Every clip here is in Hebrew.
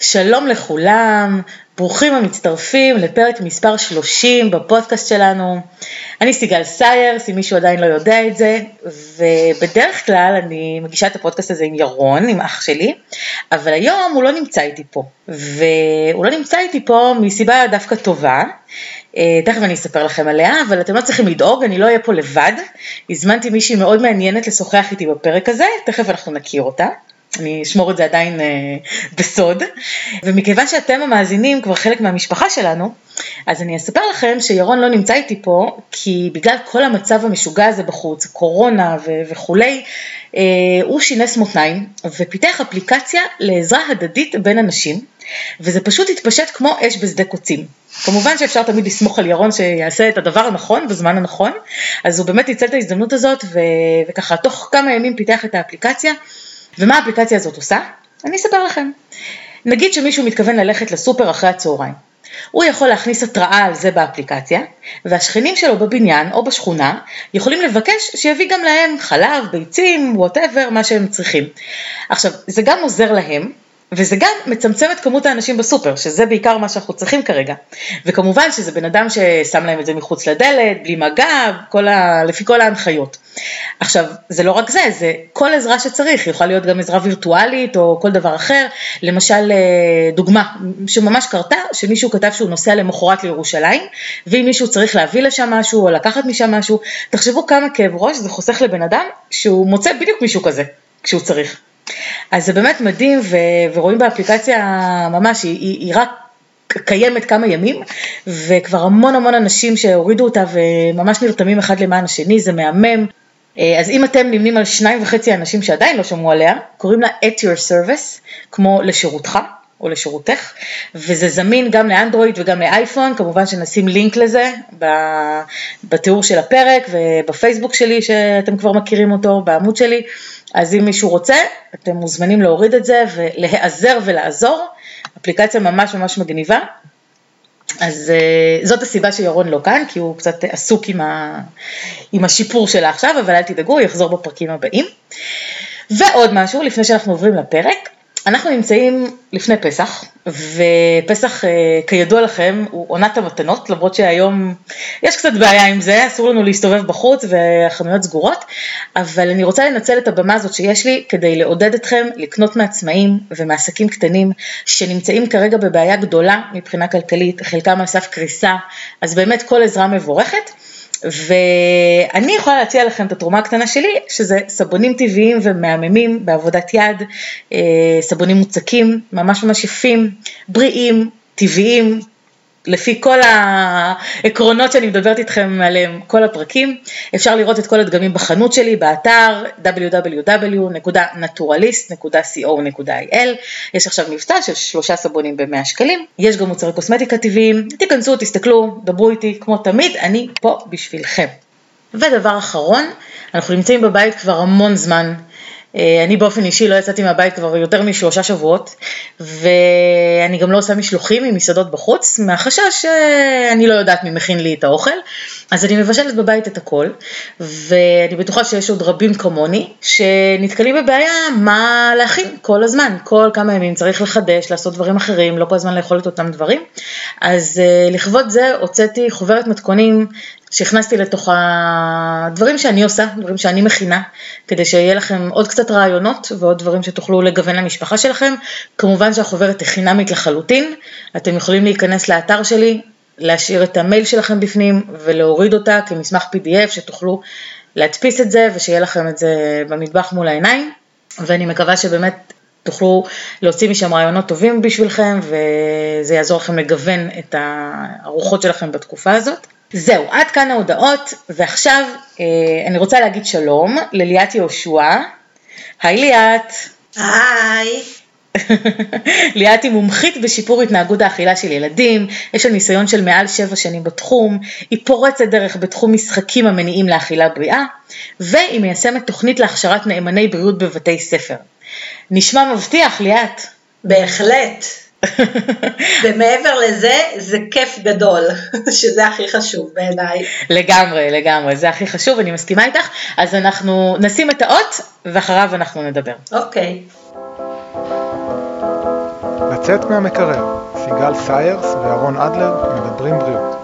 שלום לכולם, ברוכים המצטרפים לפרק מספר 30 בפודקאסט שלנו. אני סיגל סיירס, אם מישהו עדיין לא יודע את זה, ובדרך כלל אני מגישה את הפודקאסט הזה עם ירון, עם אח שלי, אבל היום הוא לא נמצא איתי פה, והוא לא נמצא איתי פה מסיבה דווקא טובה, תכף אני אספר לכם עליה, אבל אתם לא צריכים לדאוג, אני לא אהיה פה לבד, הזמנתי מישהי מאוד מעניינת לשוחח איתי בפרק הזה, תכף אנחנו נכיר אותה. אני אשמור את זה עדיין בסוד, ומכיוון שאתם המאזינים כבר חלק מהמשפחה שלנו, אז אני אספר לכם שירון לא נמצא איתי פה, כי בגלל כל המצב המשוגע הזה בחוץ, קורונה וכולי, הוא שינס מותניים, ופיתח אפליקציה לעזרה הדדית בין אנשים, וזה פשוט התפשט כמו אש בשדה קוצים. כמובן שאפשר תמיד לסמוך על ירון שיעשה את הדבר הנכון בזמן הנכון, אז הוא באמת ניצל את ההזדמנות הזאת, וככה תוך כמה ימים פיתח את האפליקציה, ומה האפליקציה הזאת עושה? אני אספר לכם. נגיד שמישהו מתכוון ללכת לסופר אחרי הצהריים. הוא יכול להכניס התראה על זה באפליקציה, והשכנים שלו בבניין או בשכונה יכולים לבקש שיביא גם להם חלב, ביצים, whatever, מה שהם צריכים. עכשיו, זה גם עוזר להם, וזה גם מצמצם את כמות האנשים בסופר, שזה בעיקר מה שאנחנו צריכים כרגע. וכמובן שזה בן אדם ששם להם את זה מחוץ לדלת, בלי מגע, לפי כל ההנחיות. עכשיו, זה לא רק זה, זה כל עזרה שצריך, יכולה להיות גם עזרה וירטואלית או כל דבר אחר, למשל דוגמה שממש קרתה, שמישהו כתב שהוא נוסע למחרת לירושלים, ואם מישהו צריך להביא לשם משהו או לקחת משם משהו, תחשבו כמה כאב ראש זה חוסך לבן אדם, שהוא מוצא בדיוק מישהו כזה, כשהוא צריך. אז זה באמת מדהים, ורואים באפליקציה ממש, היא רק קיימת כמה ימים, וכבר המון אנשים שהורידו אותה, וממש נרתמים אחד למען השני, זה מהמם. אז אם אתם נמנים על 2.5 אנשים שעדיין לא שמעו עליה, קוראים לה at your service, כמו לשירותך או לשירותך, וזה זמין גם לאנדרואיד וגם לאייפון, כמובן שנשים לינק לזה בתיאור של הפרק, ובפייסבוק שלי שאתם כבר מכירים אותו, בעמוד שלי, אז אם מישהו רוצה, אתם מוזמנים להוריד את זה ולהיעזר ולעזור, אפליקציה ממש מגניבה, אז זאת הסיבה שירון לא כאן, כי הוא קצת עסוק עם השיפור שלה עכשיו, אבל אל תדאגו, הוא יחזור בפרקים הבאים. ועוד משהו, לפני שאנחנו עוברים לפרק, אנחנו נמצאים לפני פסח, ופסח כידוע לכם הוא עונת המתנות, למרות שהיום יש קצת בעיה עם זה, אסור לנו להסתובב בחוץ והחנויות סגורות, אבל אני רוצה לנצל את הבמה הזאת שיש לי כדי לעודד אתכם לקנות מעצמאים ומעסקים קטנים שנמצאים כרגע בבעיה גדולה מבחינה כלכלית, חלקם על סף קריסה, אז באמת כל עזרה מבורכת. ואני יכולה להציע לכם את התרומה הקטנה שלי, שזה סבונים טבעיים ומהממים בעבודת יד, סבונים מוצקים, ממש יפים, בריאים, טבעיים, לפי כל העקרונות שאני מדברת איתכם עליהם, כל הפרקים. אפשר לראות את כל הדגמים בחנות שלי, באתר www.naturalist.co.il. יש עכשיו מבצע של 3 סבונים ב100 שקלים. יש גם מוצרי קוסמטיקה טבעיים. תיכנסו, תסתכלו, דברו איתי, כמו תמיד, אני פה בשבילכם. ודבר אחרון, אנחנו נמצאים בבית כבר המון זמן. אני באופן אישי לא יצאתי מהבית כבר יותר מ3 שבועות, ואני גם לא עושה משלוחים ממסעדות בחוץ, מהחשש שאני לא יודעת מי מכין לי את האוכל, אז אני מבשלת בבית את הכל, ואני בטוחה שיש עוד רבים כמוני, שנתקלים בבעיה מה להכין כל הזמן, כל כמה ימים צריך לחדש, לעשות דברים אחרים, לא כל הזמן לאכול את אותם דברים, אז לכבוד זה הוצאתי חוברת מתכונים, שהכנסתי לתוך הדברים שאני עושה, דברים שאני מכינה, כדי שיהיה לכם עוד קצת רעיונות ועוד דברים שתוכלו לגוון למשפחה שלכם. כמובן שהחוברת היא חינמית לחלוטין, אתם יכולים להיכנס לאתר שלי, להשאיר את המייל שלכם בפנים ולהוריד אותה כמסמך PDF שתוכלו להדפיס את זה ושיהיה לכם את זה במטבח מול העיניים, ואני מקווה שבאמת תוכלו להוציא משם רעיונות טובים בשבילכם, וזה יעזור לכם לגוון את הארוחות שלכם בתקופה הזאת. זהו, עד כאן ההודעות, ועכשיו אני רוצה להגיד שלום לליאת יהושע. היי ליאת. היי. ליאת היא מומחית בשיפור התנהגות האכילה של ילדים, יש לה ניסיון של מעל 7 שנים בתחום, היא פורצת דרך בתחום משחקים המניעים לאכילה בריאה, והיא מיישמת תוכנית להכשרת נאמני בריאות בבתי ספר. נשמע מבטיח, ליאת. בהחלט. ומעבר לזה, זה כיף גדול, שזה הכי חשוב בעיניי. לגמרי, זה הכי חשוב, אני מסכימה איתך, אז אנחנו נשים את האות, ואחריו אנחנו נדבר. אוקיי. לצאת מהמקרר, סיגל סיירס ואהרון אדלר מדברים בריאות.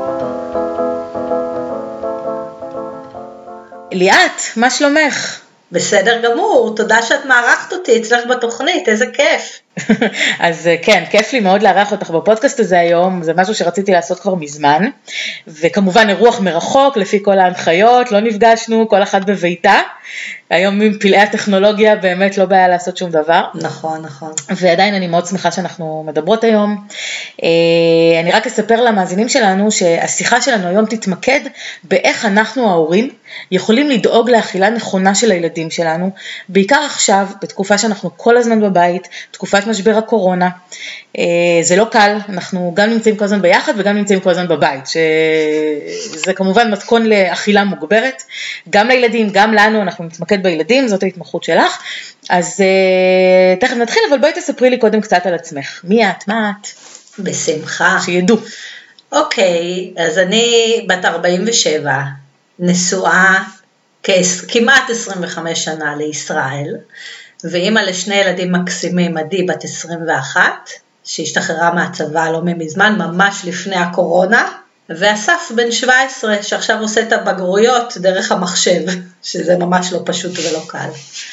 ליאת, מה שלומך? בסדר גמור, תודה שאת מארחת אותי אצלך בתוכנית, איזה כיף. אז כן, כיף לי מאוד לארח אותך בפודקאסט הזה היום, זה משהו שרציתי לעשות כבר מזמן, וכמובן אירוח מרחוק, לפי כל ההנחיות, לא נפגשנו, כל אחת בביתה, היום עם פלאי הטכנולוגיה באמת לא בעיה לעשות שום דבר. נכון, נכון. ועדיין אני מאוד שמחה שאנחנו מדברות היום. אני רק אספר למאזינים שלנו שהשיחה שלנו היום תתמקד באיך אנחנו ההורים יכולים לדאוג לאכילה נכונה של הילדים שלנו, בעיקר עכשיו, בתקופה שאנחנו כל הזמן בבית, תקופת משבר הקורונה. זה לא קל, אנחנו גם נמצאים כל הזמן ביחד וגם נמצאים כל הזמן בבית, שזה כמובן מתכון לאכילה מוגברת, גם לילדים, גם לנו, אנחנו נתמקד בילדים, זאת ההתמחות שלך. אז תכף נתחיל, אבל בואי תספרי לי קודם קצת על עצמך. מי את? מה את? בשמחה. שידעו. אוקיי, אז אני בת 47, נשואה כמעט 25 שנה לישראל, ואימא לשני ילדים מקסימים, עדי בת 21, שהשתחררה מהצבא לא מזמן, ממש לפני הקורונה, ואסף בן 17, שעכשיו עושה את הבגרויות דרך המחשב, שזה ממש לא פשוט ולא קל.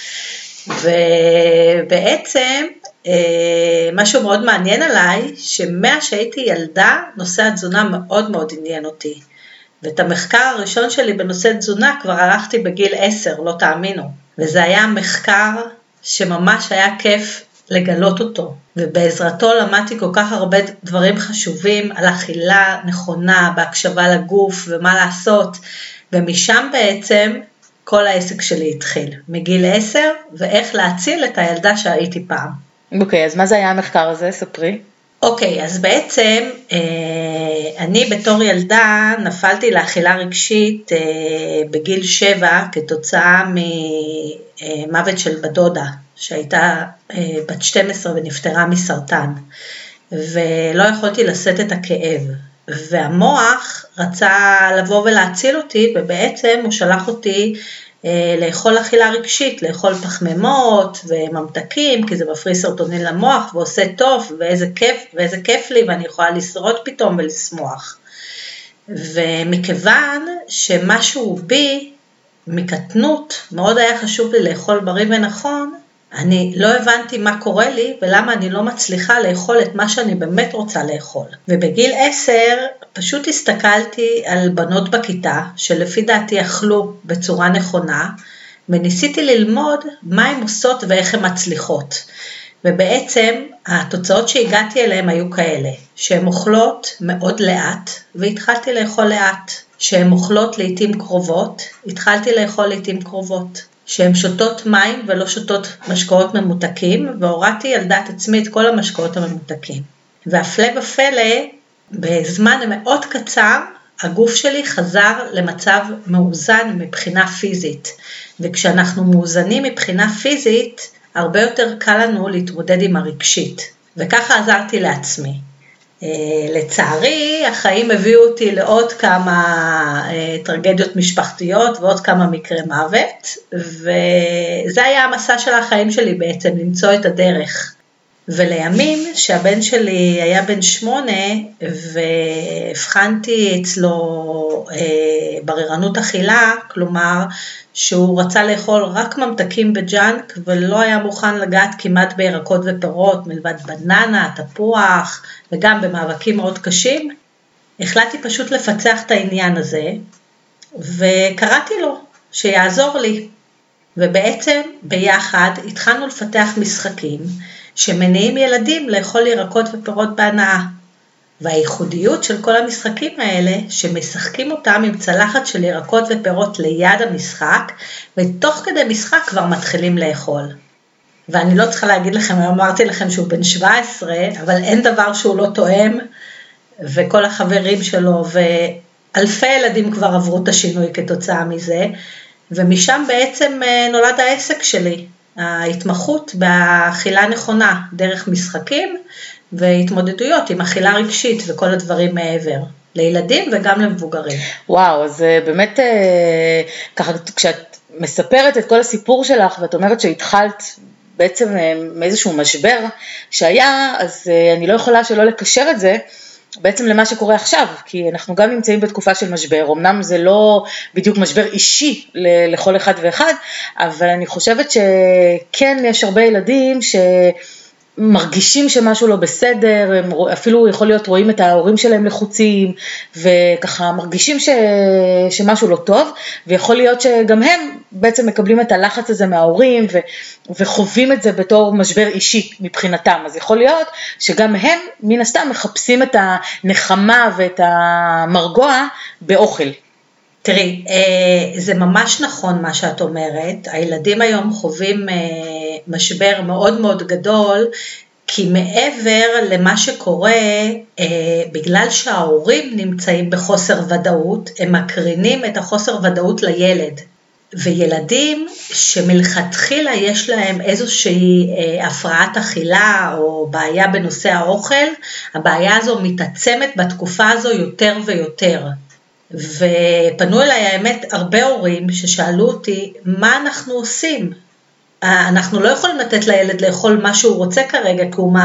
ובעצם משהו מאוד מעניין עליי, שמאז שהייתי ילדה, נושא התזונה מאוד מאוד עניין אותי. ואת המחקר הראשון שלי בנושא תזונה כבר ערכתי בגיל 10, לא תאמינו. וזה היה מחקר שממש היה כיף לגלות אותו. ובעזרתו למדתי כל כך הרבה דברים חשובים על אכילה נכונה, בהקשבה לגוף ומה לעשות. ומשם בעצם כל העסק שלי התחיל. מגיל 10 ואיך להציל את הילדה שהייתי פעם. אוקיי, אז מה זה היה המחקר הזה? ספרי. אוקיי, אז בעצם אני בתור ילדה נפלתי לאכילה רגשית בגיל 7 כתוצאה ממוות של בדודה שהייתה בת 12 ונפטרה מסרטן, ולא יכולתי לשאת את הכאב, והמוח רצה לבוא ולהציל אותי, ובעצם הוא שלח אותי לאכול אכילה רגשית, לאכול פחמימות וממתקים, כי זה מפריש סרטונין למוח ועושה טוב, ואיזה כיף לי, ואני יכולה לשרוד פתאום ולשמוח. ומכיוון שמשהו בי, מקטנות, מאוד היה חשוב לי לאכול בריא ונכון, אני לא הבנתי מה קורה לי, ולמה אני לא מצליחה לאכול את מה שאני באמת רוצה לאכול. ובגיל 10 פשוט הסתכלתי על בנות בכיתה, שלפי דעתי אכלו בצורה נכונה, וניסיתי ללמוד מה הן עושות ואיך הן מצליחות. ובעצם התוצאות שהגעתי אליהן היו כאלה, שהן אוכלות מאוד לאט, והתחלתי לאכול לאט. שהן אוכלות לעתים קרובות, התחלתי לאכול לעתים קרובות. שהן שותות מים ולא שותות משקאות ממותקים, והורדתי על דעת עצמי את כל המשקאות הממותקים. והפלא ופלא, בזמן מאוד קצר, הגוף שלי חזר למצב מאוזן מבחינה פיזית. וכשאנחנו מאוזנים מבחינה פיזית, הרבה יותר קל לנו להתמודד עם הרגשית. וככה עזרתי לעצמי. לצערי, החיים הביאו אותי לעוד כמה טרגדיות משפחתיות ועוד כמה מקרי מוות, וזה היה המסע של החיים שלי בעצם, למצוא את הדרך. ולימים שהבן שלי היה בן 8, והבחנתי אצלו בררנות אכילה, כלומר שהוא רצה לאכול רק ממתקים בג'אנק, ולא היה מוכן לגעת כמעט בירקות ופירות, מלבד בננה, תפוח, וגם במאבקים מאוד קשים, החלטתי פשוט לפצח את העניין הזה, וקראתי לו שיעזור לי. ובעצם ביחד התחלנו לפתח משחקים, שמניעים ילדים לאכול ירקות ופירות בהנאה. והייחודיות של כל המשחקים האלה, שמשחקים אותם עם צלחת של ירקות ופירות ליד המשחק, ותוך כדי משחק כבר מתחילים לאכול. ואני לא צריכה להגיד לכם, אמרתי לכם שהוא בן 17, אבל אין דבר שהוא לא תואם, וכל החברים שלו, ואלפי ילדים כבר עברו את השינוי כתוצאה מזה, ומשם בעצם נולד העסק שלי. ההתמחות באכילה נכונה, דרך משחקים והתמודדויות עם אכילה רגשית וכל הדברים מעבר, לילדים וגם למבוגרים. וואו, אז באמת ככה כשאת מספרת את כל הסיפור שלך ואת אומרת שהתחלת בעצם מאיזשהו משבר שהיה, אז אני לא יכולה שלא לקשר את זה בעצם למה שקורה עכשיו, כי אנחנו גם נמצאים בתקופה של משבר, אמנם זה לא בדיוק משבר אישי לכל אחד ואחד, אבל אני חושבת שכן יש הרבה ילדים מרגישים שמשהו לא בסדר, הם אפילו יכול להיות רואים את ההורים שלהם לחוצים, וככה מרגישים שמשהו לא טוב, ויכול להיות שגם הם בעצם מקבלים את הלחץ הזה מההורים, וחווים את זה בתור משבר אישי מבחינתם, אז יכול להיות שגם הם מן הסתם מחפשים את הנחמה ואת המרגוע באוכל. תראי, זה ממש נכון מה שאת אומרת, הילדים היום חווים משבר מאוד מאוד גדול, כי מעבר למה שקורה, בגלל שההורים נמצאים בחוסר ודאות, הם מקרינים את החוסר ודאות לילד. וילדים שמלכתחילה יש להם איזושהי הפרעת אכילה או בעיה בנושא האוכל, הבעיה הזו מתעצמת בתקופה הזו יותר ויותר. ופנו אליי האמת הרבה הורים ששאלו אותי, מה אנחנו עושים? אנחנו לא יכולים לתת לילד לאכול מה שהוא רוצה כרגע, כי הוא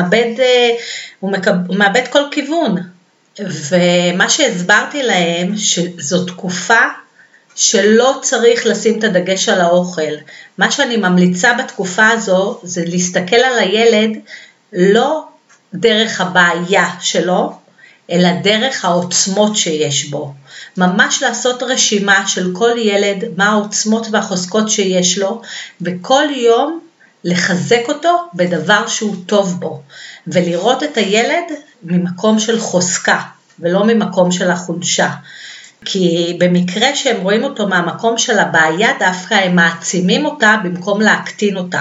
מאבד כל כיוון. ומה שהסברתי להם, שזו תקופה שלא צריך לשים את הדגש על האוכל. מה שאני ממליצה בתקופה הזו, זה להסתכל על הילד לא דרך הבעיה שלו, אלא דרך העוצמות שיש בו. ממש לעשות רשימה של כל ילד, מה העוצמות והחוזקות שיש לו, וכל יום לחזק אותו בדבר שהוא טוב בו, ולראות את הילד ממקום של חוזקה, ולא ממקום של החולשה. כי במקרה שהם רואים אותו מהמקום של הבעיה, דווקא הם מעצימים אותה במקום להקטין אותה.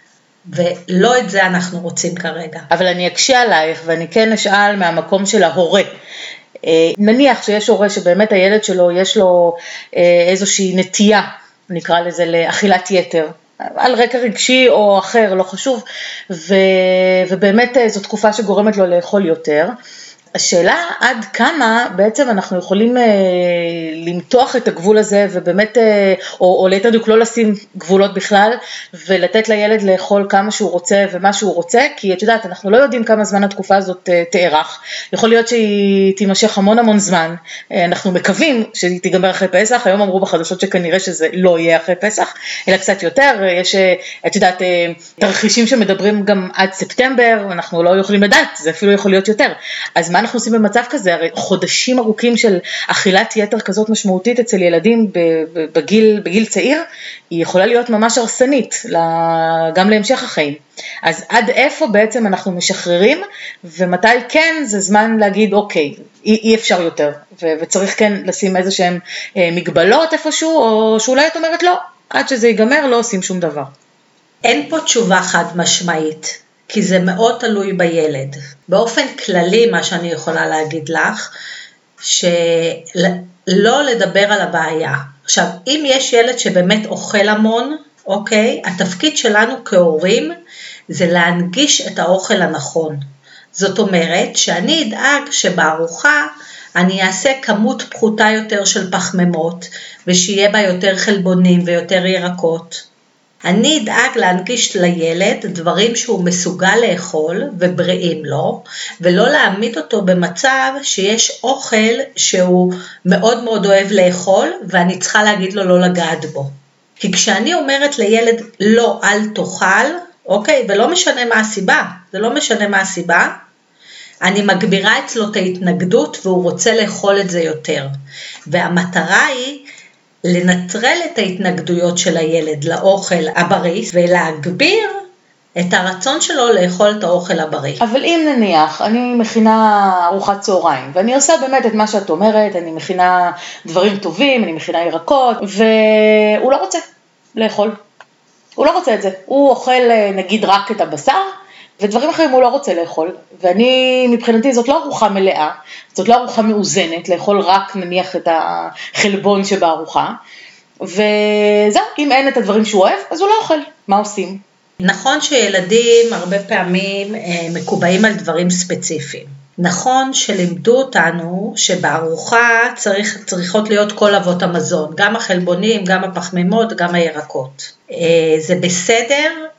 ולא את זה אנחנו רוצים כרגע. אבל אני אקשה עלייך, ואני כן אשאל מהמקום של ההורה. נניח שיש הורה שבאמת הילד שלו יש לו איזושהי נטייה, נקרא לזה לאכילת יתר, על רקע רגשי או אחר, לא חשוב, ובאמת זו תקופה שגורמת לו לאכול יותר. השאלה עד כמה בעצם אנחנו יכולים למתוח את הגבול הזה ובאמת, או ליתר דיוק לא לשים גבולות בכלל, ולתת לילד לאכול כמה שהוא רוצה ומה שהוא רוצה, כי את יודעת, אנחנו לא יודעים כמה זמן התקופה הזאת תארך, יכול להיות שהיא תימשך המון זמן, אנחנו מקווים שהיא תיגמר אחרי פסח, היום אמרו בחדשות שכנראה שזה לא יהיה אחרי פסח, אלא קצת יותר, יש, את יודעת, תרחישים שמדברים גם עד ספטמבר, אנחנו לא יכולים לדעת, זה אפילו יכול להיות יותר, אז מה אנחנו עושים במצב כזה? הרי חודשים ארוכים של אכילת יתר כזאת משמעותית אצל ילדים בגיל צעיר, היא יכולה להיות ממש הרסנית, גם להמשך החיים. אז עד איפה בעצם אנחנו משחררים, ומתי כן זה זמן להגיד, אוקיי, אי אפשר יותר, וצריך כן לשים איזה שהם מגבלות איפשהו, או שאולי את אומרת לא, עד שזה ייגמר לא עושים שום דבר. אין פה תשובה חד משמעית. כי זה מאוד תלוי בילד. באופן כללי, מה שאני יכולה להגיד לך, שלא לדבר על הבעיה. עכשיו, אם יש ילד שבאמת אוכל המון, אוקיי, התפקיד שלנו כהורים, זה להנגיש את האוכל הנכון. זאת אומרת, שאני אדאג שבארוחה, אני אעשה כמות פחותה יותר של פחמימות, ושיהיה בה יותר חלבונים ויותר ירקות. אני אדאג להנגיש לילד דברים שהוא מסוגל לאכול ובריאים לו, ולא להעמיד אותו במצב שיש אוכל שהוא מאוד מאוד אוהב לאכול, ואני צריכה להגיד לו לא לגעת בו. כי כשאני אומרת לילד לא אל תאכל, אוקיי, ולא משנה מה הסיבה, זה לא משנה מה הסיבה, אני מגבירה אצלו את ההתנגדות והוא רוצה לאכול את זה יותר. והמטרה היא לנטרל את ההתנגדויות של הילד לאוכל הבריא, ולהגביר את הרצון שלו לאכול את האוכל הבריא. אבל אם נניח, אני מכינה ארוחת צהריים, ואני עושה באמת את מה שאת אומרת, אני מכינה דברים טובים, אני מכינה ירקות, והוא לא רוצה לאכול. הוא לא רוצה את זה. הוא אוכל נגיד רק את הבשר, ודברים אחרים הוא לא רוצה לאכול, ואני מבחינתי זאת לא ארוחה מלאה, זאת לא ארוחה מאוזנת, לאכול רק נניח את החלבון שבארוחה, וזהו, אם אין את הדברים שהוא אוהב, אז הוא לא אוכל, מה עושים? נכון שילדים הרבה פעמים מקובעים על דברים ספציפיים, נכון שלימדו אותנו שבארוחה צריכות להיות כל אבות המזון, גם החלבונים, גם הפחמימות, גם הירקות, זה בסדר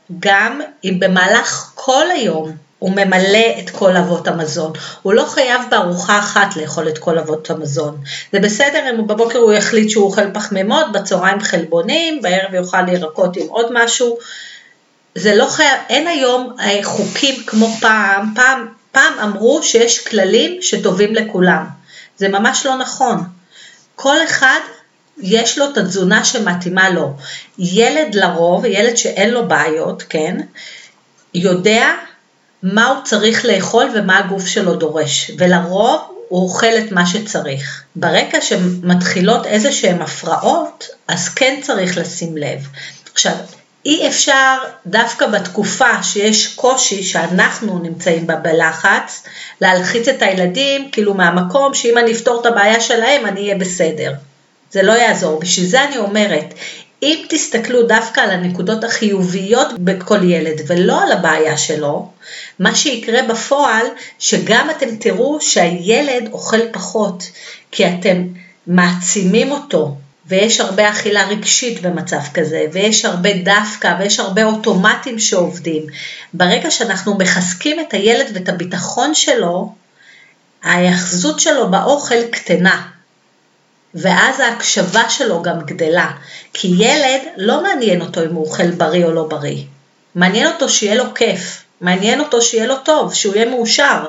גם אם במהלך כל היום הוא ממלא את כל אבות המזון. הוא לא חייב בארוחה אחת לאכול את כל אבות המזון. זה בסדר אם בבוקר הוא יחליט שהוא אוכל פחמימות, בצהריים חלבונים, בערב יאכל ירקות עם עוד משהו. זה לא חייב, אין היום חוקים כמו פעם. פעם אמרו שיש כללים שטובים לכולם. זה ממש לא נכון. כל אחד יש לו את התזונה שמתאימה לו. ילד לרוב, ילד שאין לו בעיות, כן, יודע מה הוא צריך לאכול ומה הגוף שלו דורש, ולרוב הוא אוכל את מה שצריך. ברגע שמתחילות איזשהם הפרעות, אז כן צריך לשים לב. עכשיו, אי אפשר דווקא בתקופה שיש קושי שאנחנו נמצאים בה בלחץ, להלחיץ את הילדים כאילו מהמקום שאם אני אפתור את הבעיה שלהם אני אהיה בסדר. זה לא יעזור. בשביל זה אני אומרת, אם תסתכלו דווקא על הנקודות החיוביות בכל ילד ולא על הבעיה שלו, מה שיקרה בפועל שגם אתם תראו שהילד אוכל פחות, כי אתם מעצימים אותו, ויש הרבה אכילה רגשית במצב כזה, ויש הרבה דווקא, ויש הרבה אוטומטים שעובדים. ברגע שאנחנו מחזקים את הילד ואת הביטחון שלו, ההיאחזות שלו באוכל קטנה. ואז ההקשבה שלו גם גדלה, כי ילד לא מעניין אותו אם הוא אוכל בריא או לא בריא, מעניין אותו שיהיה לו כיף, מעניין אותו שיהיה לו טוב, שהוא יהיה מאושר,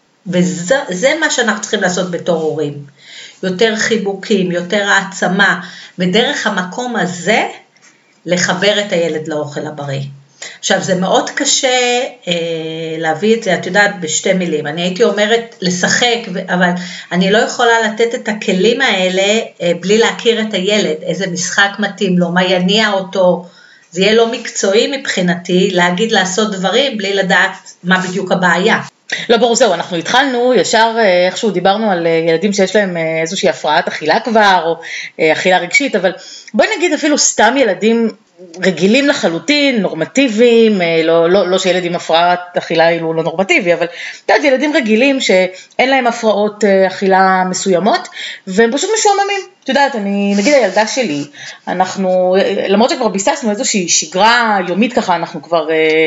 וזה מה שאנחנו צריכים לעשות בתור הורים, יותר חיבוקים, יותר העצמה, ודרך המקום הזה לחבר את הילד לאוכל הבריא. עכשיו זה מאוד קשה להביא את זה, את יודעת, בשתי מילים, אני הייתי אומרת לשחק, אבל אני לא יכולה לתת את הכלים האלה בלי להכיר את הילד, איזה משחק מתאים לו, מה יניע אותו, זה יהיה לא מקצועי מבחינתי, להגיד לעשות דברים בלי לדעת מה בדיוק הבעיה. לא ברור, זהו, אנחנו התחלנו, ישר איכשהו דיברנו על ילדים שיש להם איזושהי הפרעת אכילה כבר, או אכילה רגשית, אבל בואי נגיד אפילו סתם ילדים רגילים לחלוטין, נורמטיביים, לא שילד עם הפרעת אכילה הוא לא נורמטיבי, אבל ילדים רגילים שאין להם הפרעות אכילה מסוימות, והם פשוט משועממים. את יודעת, נגיד הילדה שלי, אנחנו, למרות שכבר ביססנו איזושהי שגרה יומית ככה, אנחנו כבר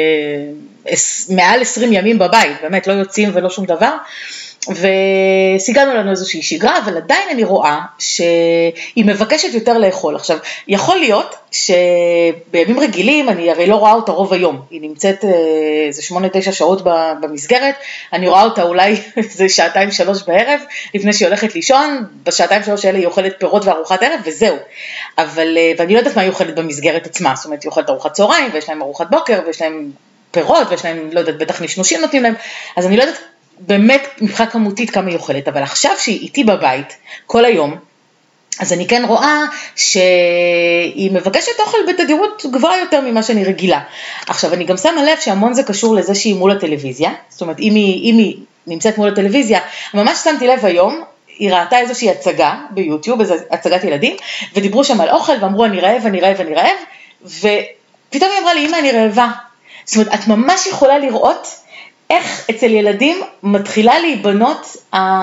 מעל 20 ימים בבית, באמת לא יוצאים ולא שום דבר, וסיגלנו לנו איזושהי שגרה, אבל עדיין אני רואה שהיא מבקשת יותר לאכול. עכשיו, יכול להיות שבימים רגילים, אני הרי לא רואה אותה רוב היום, היא נמצאת איזה 8-9 שעות במסגרת, אני רואה אותה אולי איזה 2-3 בערב, לפני שהיא הולכת לישון, ב2-3 האלה היא אוכלת פירות וארוחת ערב, וזהו. ואני לא יודעת מה היא אוכלת במסגרת עצמה, זאת אומרת, היא אוכלת ארוחת צהריים, ויש להם ארוחת בוקר, ויש להם פירות, ויש להם, לא יודעת, בטח נשנושים נותנים להם, אז אני לא יודעת באמת מבחינה כמותית כמה היא אוכלת, אבל עכשיו שהיא איתי בבית כל היום, אז אני כן רואה שהיא מבקשת אוכל בתדירות גבוהה יותר ממה שאני רגילה. עכשיו אני גם שמה לב שהמון זה קשור לזה שהיא מול הטלוויזיה, זאת אומרת אם היא נמצאת מול הטלוויזיה, ממש שמתי לב היום, היא ראתה איזושהי הצגה ביוטיוב, איזו הצגת ילדים, ודיברו שם על אוכל ואמרו אני רעב, ופתאום היא אמרה לי אמא אני רעבה. זאת אומרת את ממש יכולה לראות איך אצל ילדים מתחילה להיבנות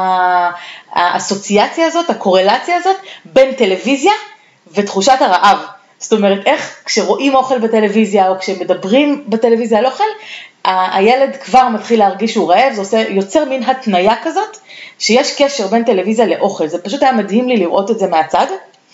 האסוציאציה הזאת, הקורלציה הזאת, בין טלוויזיה ותחושת הרעב. זאת אומרת, איך כשרואים אוכל בטלוויזיה, או כשמדברים בטלוויזיה על אוכל, הילד כבר מתחיל להרגיש שהוא רעב, זה יוצר מין התניה כזאת, שיש קשר בין טלוויזיה לאוכל. זה פשוט היה מדהים לי לראות את זה מהצד.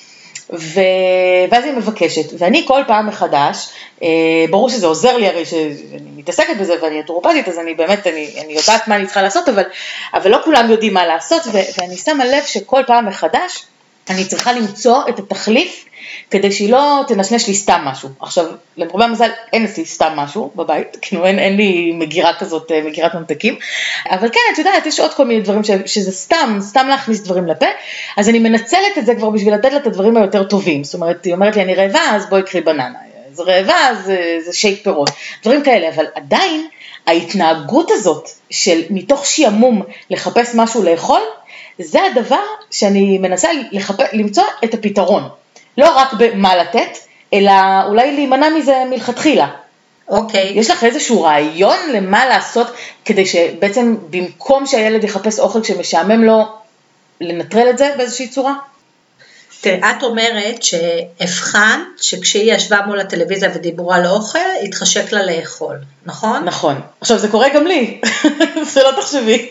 ואז היא מבקשת, ואני כל פעם מחדש, ברור שזה עוזר לי, הרי שאני מתעסקת בזה ואני אטרופטית, אז אני באמת, אני יודעת מה אני צריכה לעשות, אבל לא כולם יודעים מה לעשות, ואני שמה לב שכל פעם מחדש, אני צריכה למצוא את התחליף, כדי שהיא לא תנשנש לי סתם משהו. עכשיו, למרבה המזל, אין אצלי סתם משהו בבית, כאילו אין לי מגירה כזאת, מגירת ממתקים, אבל כן, את יודעת, יש עוד כל מיני דברים שזה סתם להכניס דברים לפה, אז אני מנצלת את זה כבר בשביל לתת לה את הדברים היותר טובים, זאת אומרת, היא אומרת לי, אני רעבה, אז בואי קחי בננה, אז רעבה, אז זה שייק פירות, דברים כאלה, אבל עדיין, ההתנהגות הזאת של מתוך שיעמום לחפש משהו לאכול, זה הדבר שאני מנסה למצוא את הפתרון. לא רק במה לתת, אלא אולי להימנע מזה מלכתחילה. אוקיי. יש לך איזשהו רעיון למה לעשות, כדי שבעצם במקום שהילד יחפש אוכל כשמשעמם לו, לנטרל את זה באיזושהי צורה? תראה, את אומרת שהבחנת שכשהיא ישבה מול הטלוויזיה ודיברו על אוכל, התחשק לה לאכול, נכון? נכון. עכשיו זה קורה גם לי, זה לא תחשבי.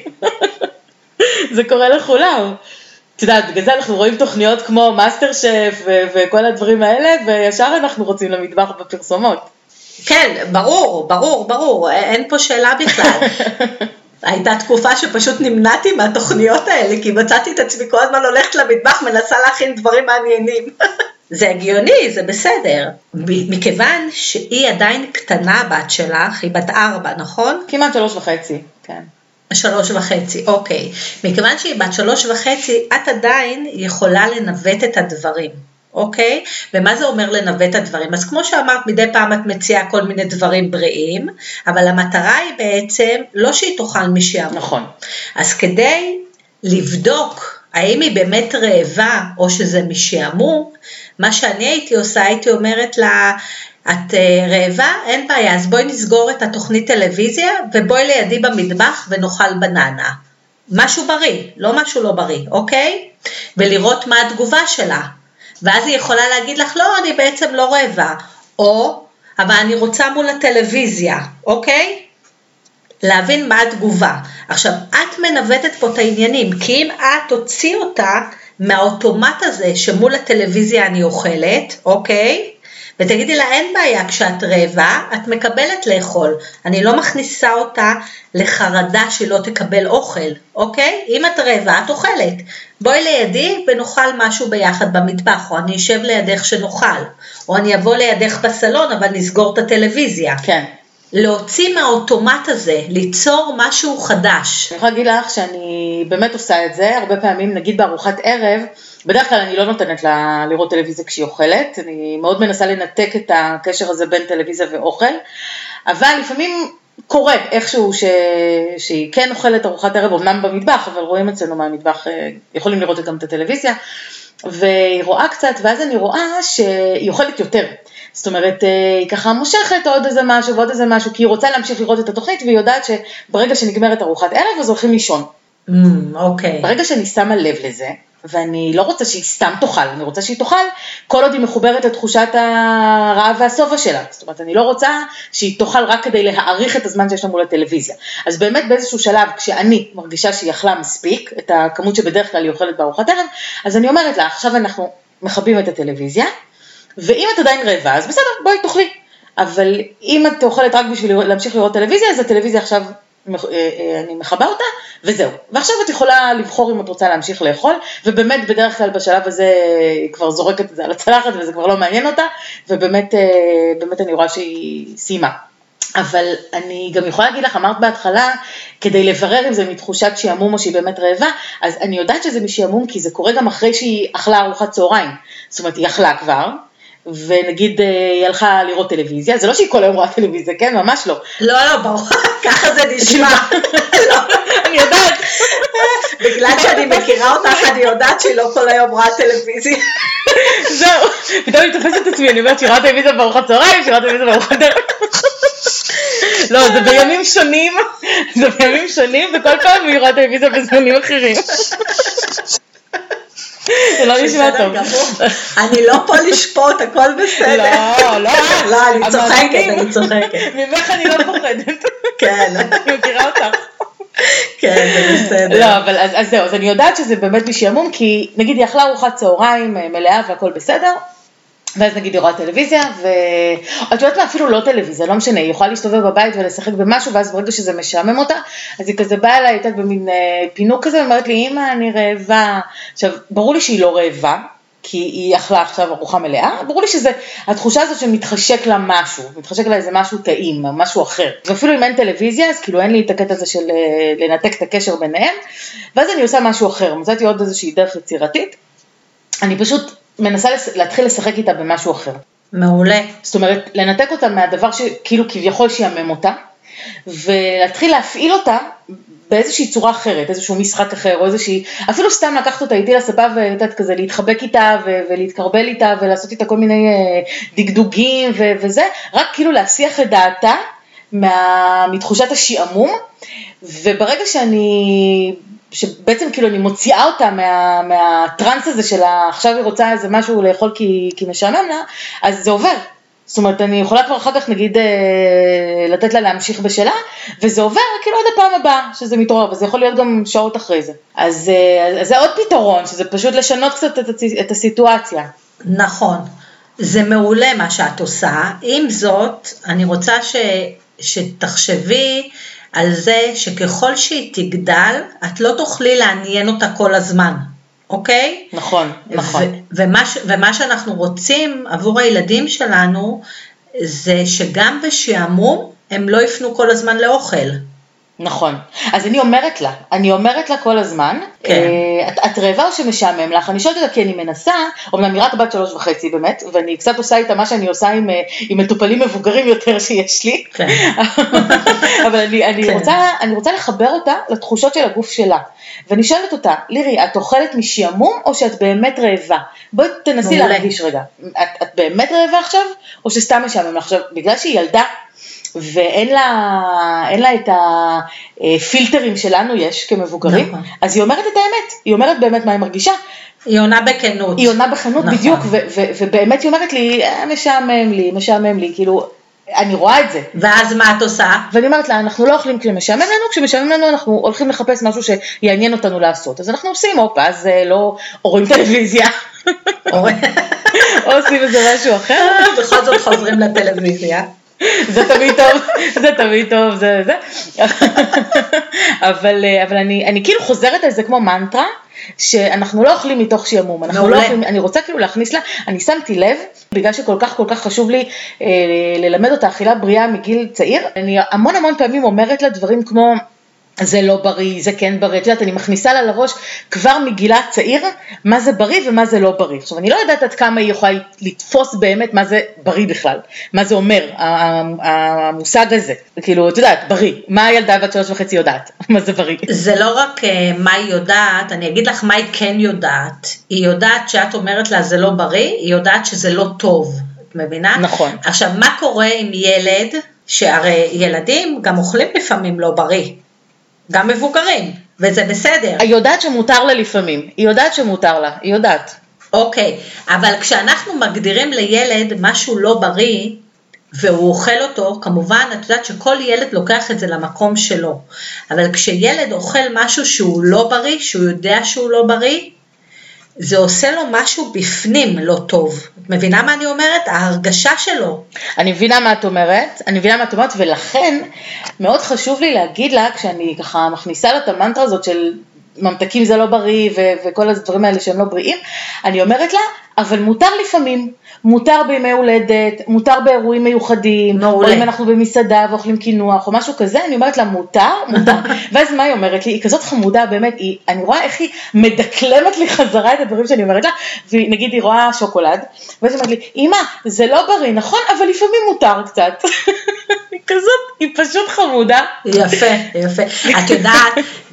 זה קורה לכולם. את יודעת, בגלל זה אנחנו רואים תוכניות כמו מאסטר שף וכל הדברים האלה, וישר אנחנו רוצים למטבח בפרסומות. כן, ברור, אין פה שאלה בכלל. הייתה תקופה שפשוט נמנעתי מהתוכניות האלה, כי מצאתי את עצמי כל הזמן הולכת למטבח, מנסה להכין דברים מעניינים. זה הגיוני, זה בסדר. מכיוון שהיא עדיין קטנה, בת שלך, היא בת 4, נכון? כמעט 3.5, כן. 3.5, אוקיי. מכיוון שהיא בת 3.5, את עדיין יכולה לנווט את הדברים, אוקיי? ומה זה אומר לנווט את הדברים? אז כמו שאמרת, מדי פעם את מציעה כל מיני דברים בריאים, אבל המטרה היא בעצם לא שהיא תאכל משעמום. נכון. אז כדי לבדוק האם היא באמת רעבה או שזה משעמום, מה שאני הייתי עושה, הייתי אומרת לה, את רעבה? אין בעיה, אז בואי נסגור את התוכנית טלוויזיה, ובואי לידי במטבח ונאכל בננה. משהו בריא, לא משהו לא בריא, אוקיי? ולראות מה התגובה שלה. ואז היא יכולה להגיד לך, לא, אני בעצם לא רעבה. או, אבל אני רוצה מול הטלוויזיה, אוקיי? להבין מה התגובה. עכשיו, את מנווטת פה את העניינים, כי אם את תוציא אותה מהאוטומט הזה שמול הטלוויזיה אני אוכלת, אוקיי? ותגידי לה, אין בעיה, כשאת רעבה, את מקבלת לאכול. אני לא מכניסה אותה לחרדה שלא תקבל אוכל, אוקיי? אם את רעבה, את אוכלת. בואי לידי ונאכל משהו ביחד במטבח, או אני אשב לידך שנאכל, או אני אבוא לידך בסלון, אבל נסגור את הטלוויזיה. כן. להוציא מהאוטומט הזה, ליצור משהו חדש. אני יכולה להגיד לך שאני באמת עושה את זה, הרבה פעמים נגיד בארוחת ערב, בדרך כלל אני לא נותנת לה לראות טלוויזיה כשהיא אוכלת, אני מאוד מנסה לנתק את הקשר הזה בין טלוויזיה ואוכל, אבל לפעמים קורה איכשהו שהיא כן אוכלת ארוחת ערב, אמנם במטבח, אבל רואים אצלנו מהמטבח, יכולים לראות גם את הטלוויזיה, והיא רואה קצת, ואז אני רואה שהיא אוכלת יותר. זאת אומרת, היא ככה מושכת עוד איזה משהו ועוד איזה משהו, כי היא רוצה להמשיך לראות את התוכנית, והיא יודעת שברגע שנגמרת ארוחת ערב, אז הולכים לישון. אוקיי. ברגע שאני שמה לב לזה, ואני לא רוצה שהיא סתם תאכל, אני רוצה שהיא תאכל, כל עוד היא מחוברת לתחושת הרעב והסובה שלה. זאת אומרת, אני לא רוצה שהיא תאכל רק כדי להאריך את הזמן שיש לה מול הטלוויזיה. אז באמת באיזשהו שלב, כשאני מרגישה שהיא אכלה מספיק, את הכמות שבדרך כלל היא אוכלת בארוחת ערב, אז אני אומרת לה, עכשיו אנחנו מכבים את הטלוויזיה, ואם את עדיין רעבה, אז בסדר, בואי תאכלי. אבל אם את אוכלת רק בשביל להמשיך לראות טלוויזיה, אז הטלוויזיה עכשיו אני מחבה אותה, וזהו. ועכשיו את יכולה לבחור אם את רוצה להמשיך לאכול, ובאמת בדרך כלל בשלב הזה היא כבר זורקת את זה על הצלחת, וזה כבר לא מעניין אותה, ובאמת אני רואה שהיא סיימה. אבל אני גם יכולה להגיד לך, אמרת בהתחלה, כדי לברר אם זה מתחושת שעמום או שהיא באמת רעבה, אז אני יודעת שזה משעמום, כי זה קורה גם אחרי שהיא אכלה ארוחת צהריים. זאת אומרת, היא אכלה כבר, ונגיד היא הלכה לראות טלוויזיה, זה לא שהיא כל היום רואה טלוויזיה, כן? ממש לא. לא, ברור, ככה זה נשמע. אני יודעת. בגלל שאני מכירה אותך, אני יודעת שהיא לא כל היום רואה טלוויזיה. זהו, פתאום אני תופסת את עצמי, אני אומרת שהיא רואה טלוויזיה בארוחת צהריים, שהיא רואה טלוויזיה בארוחת ערב. לא, זה בימים שונים, וכל פעם היא רואה טלוויזיה בזמנים אחרים. זה לא נשמע טוב. אני לא פה לשפוט, הכל בסדר. לא, אני צוחקת. ממך אני לא פוחדת. כן. אני מכירה אותך. כן, זה בסדר. לא, אבל אז זהו, אז אני יודעת שזה באמת משעמום, כי נגיד היא אכלה ארוחת צהריים מלאה והכל בסדר, ואז נגיד היא רואה טלוויזיה, ואת יודעת מה, אפילו לא טלוויזיה, לא משנה, היא יכולה להסתובב בבית ולשחק במשהו, ואז ברגע שזה משעמם אותה, אז היא כזה באה אליי, הייתה במין פינוק כזה, ואומרת לי, אמא, אני רעבה. עכשיו, ברור לי שהיא לא רעבה, כי היא אכלה עכשיו ארוחה מלאה, ברור לי שזה, התחושה הזאת שמתחשק לה משהו, מתחשק לה איזה משהו טעים, משהו אחר. ואפילו אם אין טלוויזיה, אז כאילו אין לי את הקטע הזה של לנתק את הקשר ביניהם, ואז אני עושה משהו אחר, מצאתי עוד איזושהי דרך יצירתית, אני פשוט מנסה להתחיל לשחק איתה במשהו אחר. מעולה. זאת אומרת, לנתק אותה מהדבר שכאילו כביכול שיאמם אותה, ולהתחיל להפעיל אותה באיזושהי צורה אחרת, איזשהו משחק אחר, או איזושהי, אפילו סתם לקחת אותה איתי לספה ולתת כזה, להתחבק איתה ולהתקרבל איתה, ולעשות איתה כל מיני דגדוגים וזה, רק כאילו להסיח את דעתה מתחושת השעמום, וברגע שאני שבעצם כאילו אני מוציאה אותה מהטרנס הזה של עכשיו היא רוצה איזה משהו לאכול כי משעמם לה, אז זה עובר. זאת אומרת, אני יכולה כבר אחר כך נגיד לתת לה להמשיך בשלה, וזה עובר כאילו עד הפעם הבאה שזה מתעורר, וזה יכול להיות גם שעות אחרי זה. אז זה עוד פתרון, שזה פשוט לשנות קצת את הסיטואציה. נכון, זה מעולה מה שאת עושה. עם זאת, אני רוצה שתחשבי על זה שככל שהיא תגדל, את לא תוכלי לעניין אותה כל הזמן. אוקיי? נכון, נכון. ומה שאנחנו רוצים עבור הילדים שלנו, זה שגם בשעמום, הם לא יפנו כל הזמן לאוכל. נכון. אז אני אומרת לה כל הזמן, כן. את רעבה או שמשעמם לך? אני שואלת אותה כי אני מנסה, אומנם היא רק בת 3.5 באמת, ואני קצת עושה איתה מה שאני עושה עם מטופלים מבוגרים יותר שיש לי, כן. אבל אני רוצה לחבר אותה לתחושות של הגוף שלה, ואני שואלת אותה, לירי, את אוכלת משעמום או שאת באמת רעבה? בואי תנסי להרגיש רגע, את באמת רעבה עכשיו או שסתם משעמם לך? עכשיו, בגלל שהיא ילדה, ואין לה את הפילטרים שלנו יש כמבוגרים, נכון. אז היא אומרת את האמת, היא אומרת באמת מה היא מרגישה. היא עונה בכנות. היא עונה בכנות, נכון. בדיוק, ובאמת היא אומרת לי, משעמם לי, כאילו, אני רואה את זה. ואז מה את עושה? ואני אומרת לה, אנחנו לא אוכלים כשמשעמם לנו אנחנו הולכים לחפש משהו שיעניין אותנו לעשות, אז אנחנו עושים, אז לא רואים טלוויזיה, או עושים איזה משהו אחר. בכל זאת חוזרים לטלוויזיה. זה תמיד טוב, זה. אבל אני כאילו חוזרת על זה כמו מנטרה, שאנחנו לא אוכלים מתוך שעמום, אני רוצה כאילו להכניס לה, אני שמתי לב, בגלל שכל כך חשוב לי ללמד אותה אכילה בריאה מגיל צעיר, אני המון פעמים אומרת לה דברים כמו, זה לא בריא, זה כן בריא, את יודעת, אני מכניסה לה לראש כבר מגילה צעיר, מה זה בריא ומה זה לא בריא. עכשיו, אני לא יודעת עד כמה היא יכולה לתפוס באמת מה זה בריא בכלל, מה זה אומר, המושג הזה, כאילו, את יודעת, בריא, מה הילדה בת 3.5 יודעת, מה זה בריא? זה לא רק מה היא יודעת, אני אגיד לך מה היא כן יודעת, היא יודעת שאת אומרת לה זה לא בריא, היא יודעת שזה לא טוב, את מבינה? נכון. עכשיו, מה קורה עם ילד, שהרי ילדים גם אוכלים לפעמים לא בריא, גם מבוגרים, וזה בסדר. היא יודעת שמותר לה לפעמים, היא יודעת. אוקיי, אבל כשאנחנו מגדירים לילד משהו לא בריא, והוא אוכל אותו, כמובן, את יודעת שכל ילד לוקח את זה למקום שלו, אבל כשילד אוכל משהו שהוא לא בריא, שהוא יודע שהוא לא בריא, זה עושה לו משהו בפנים לא טוב. את מבינה מה אני אומרת? ההרגשה שלו. אני מבינה מה את אומרת, ולכן מאוד חשוב לי להגיד לה, כשאני ככה מכניסה לה את המנטרה הזאת של ממתקים זה לא בריא, וכל הדברים האלה שהם לא בריאים, אני אומרת לה, אבל מותר לפעמים, מותר בימי הולדת, מותר באירועים מיוחדים, או אם אנחנו במסעדה ואוכלים קינוח או משהו כזה, אני אומרת לה מותר, ואז מה היא אומרת לי? היא כזאת חמודה, באמת, אני רואה איך היא מדקלמת לי חזרה את הדברים שאני אומרת לה, ונגיד היא רואה שוקולד, ואז היא אומרת לי, אמא, זה לא בריא, נכון, אבל לפעמים מותר קצת. היא כזאת, היא פשוט חמודה. יפה. את יודעת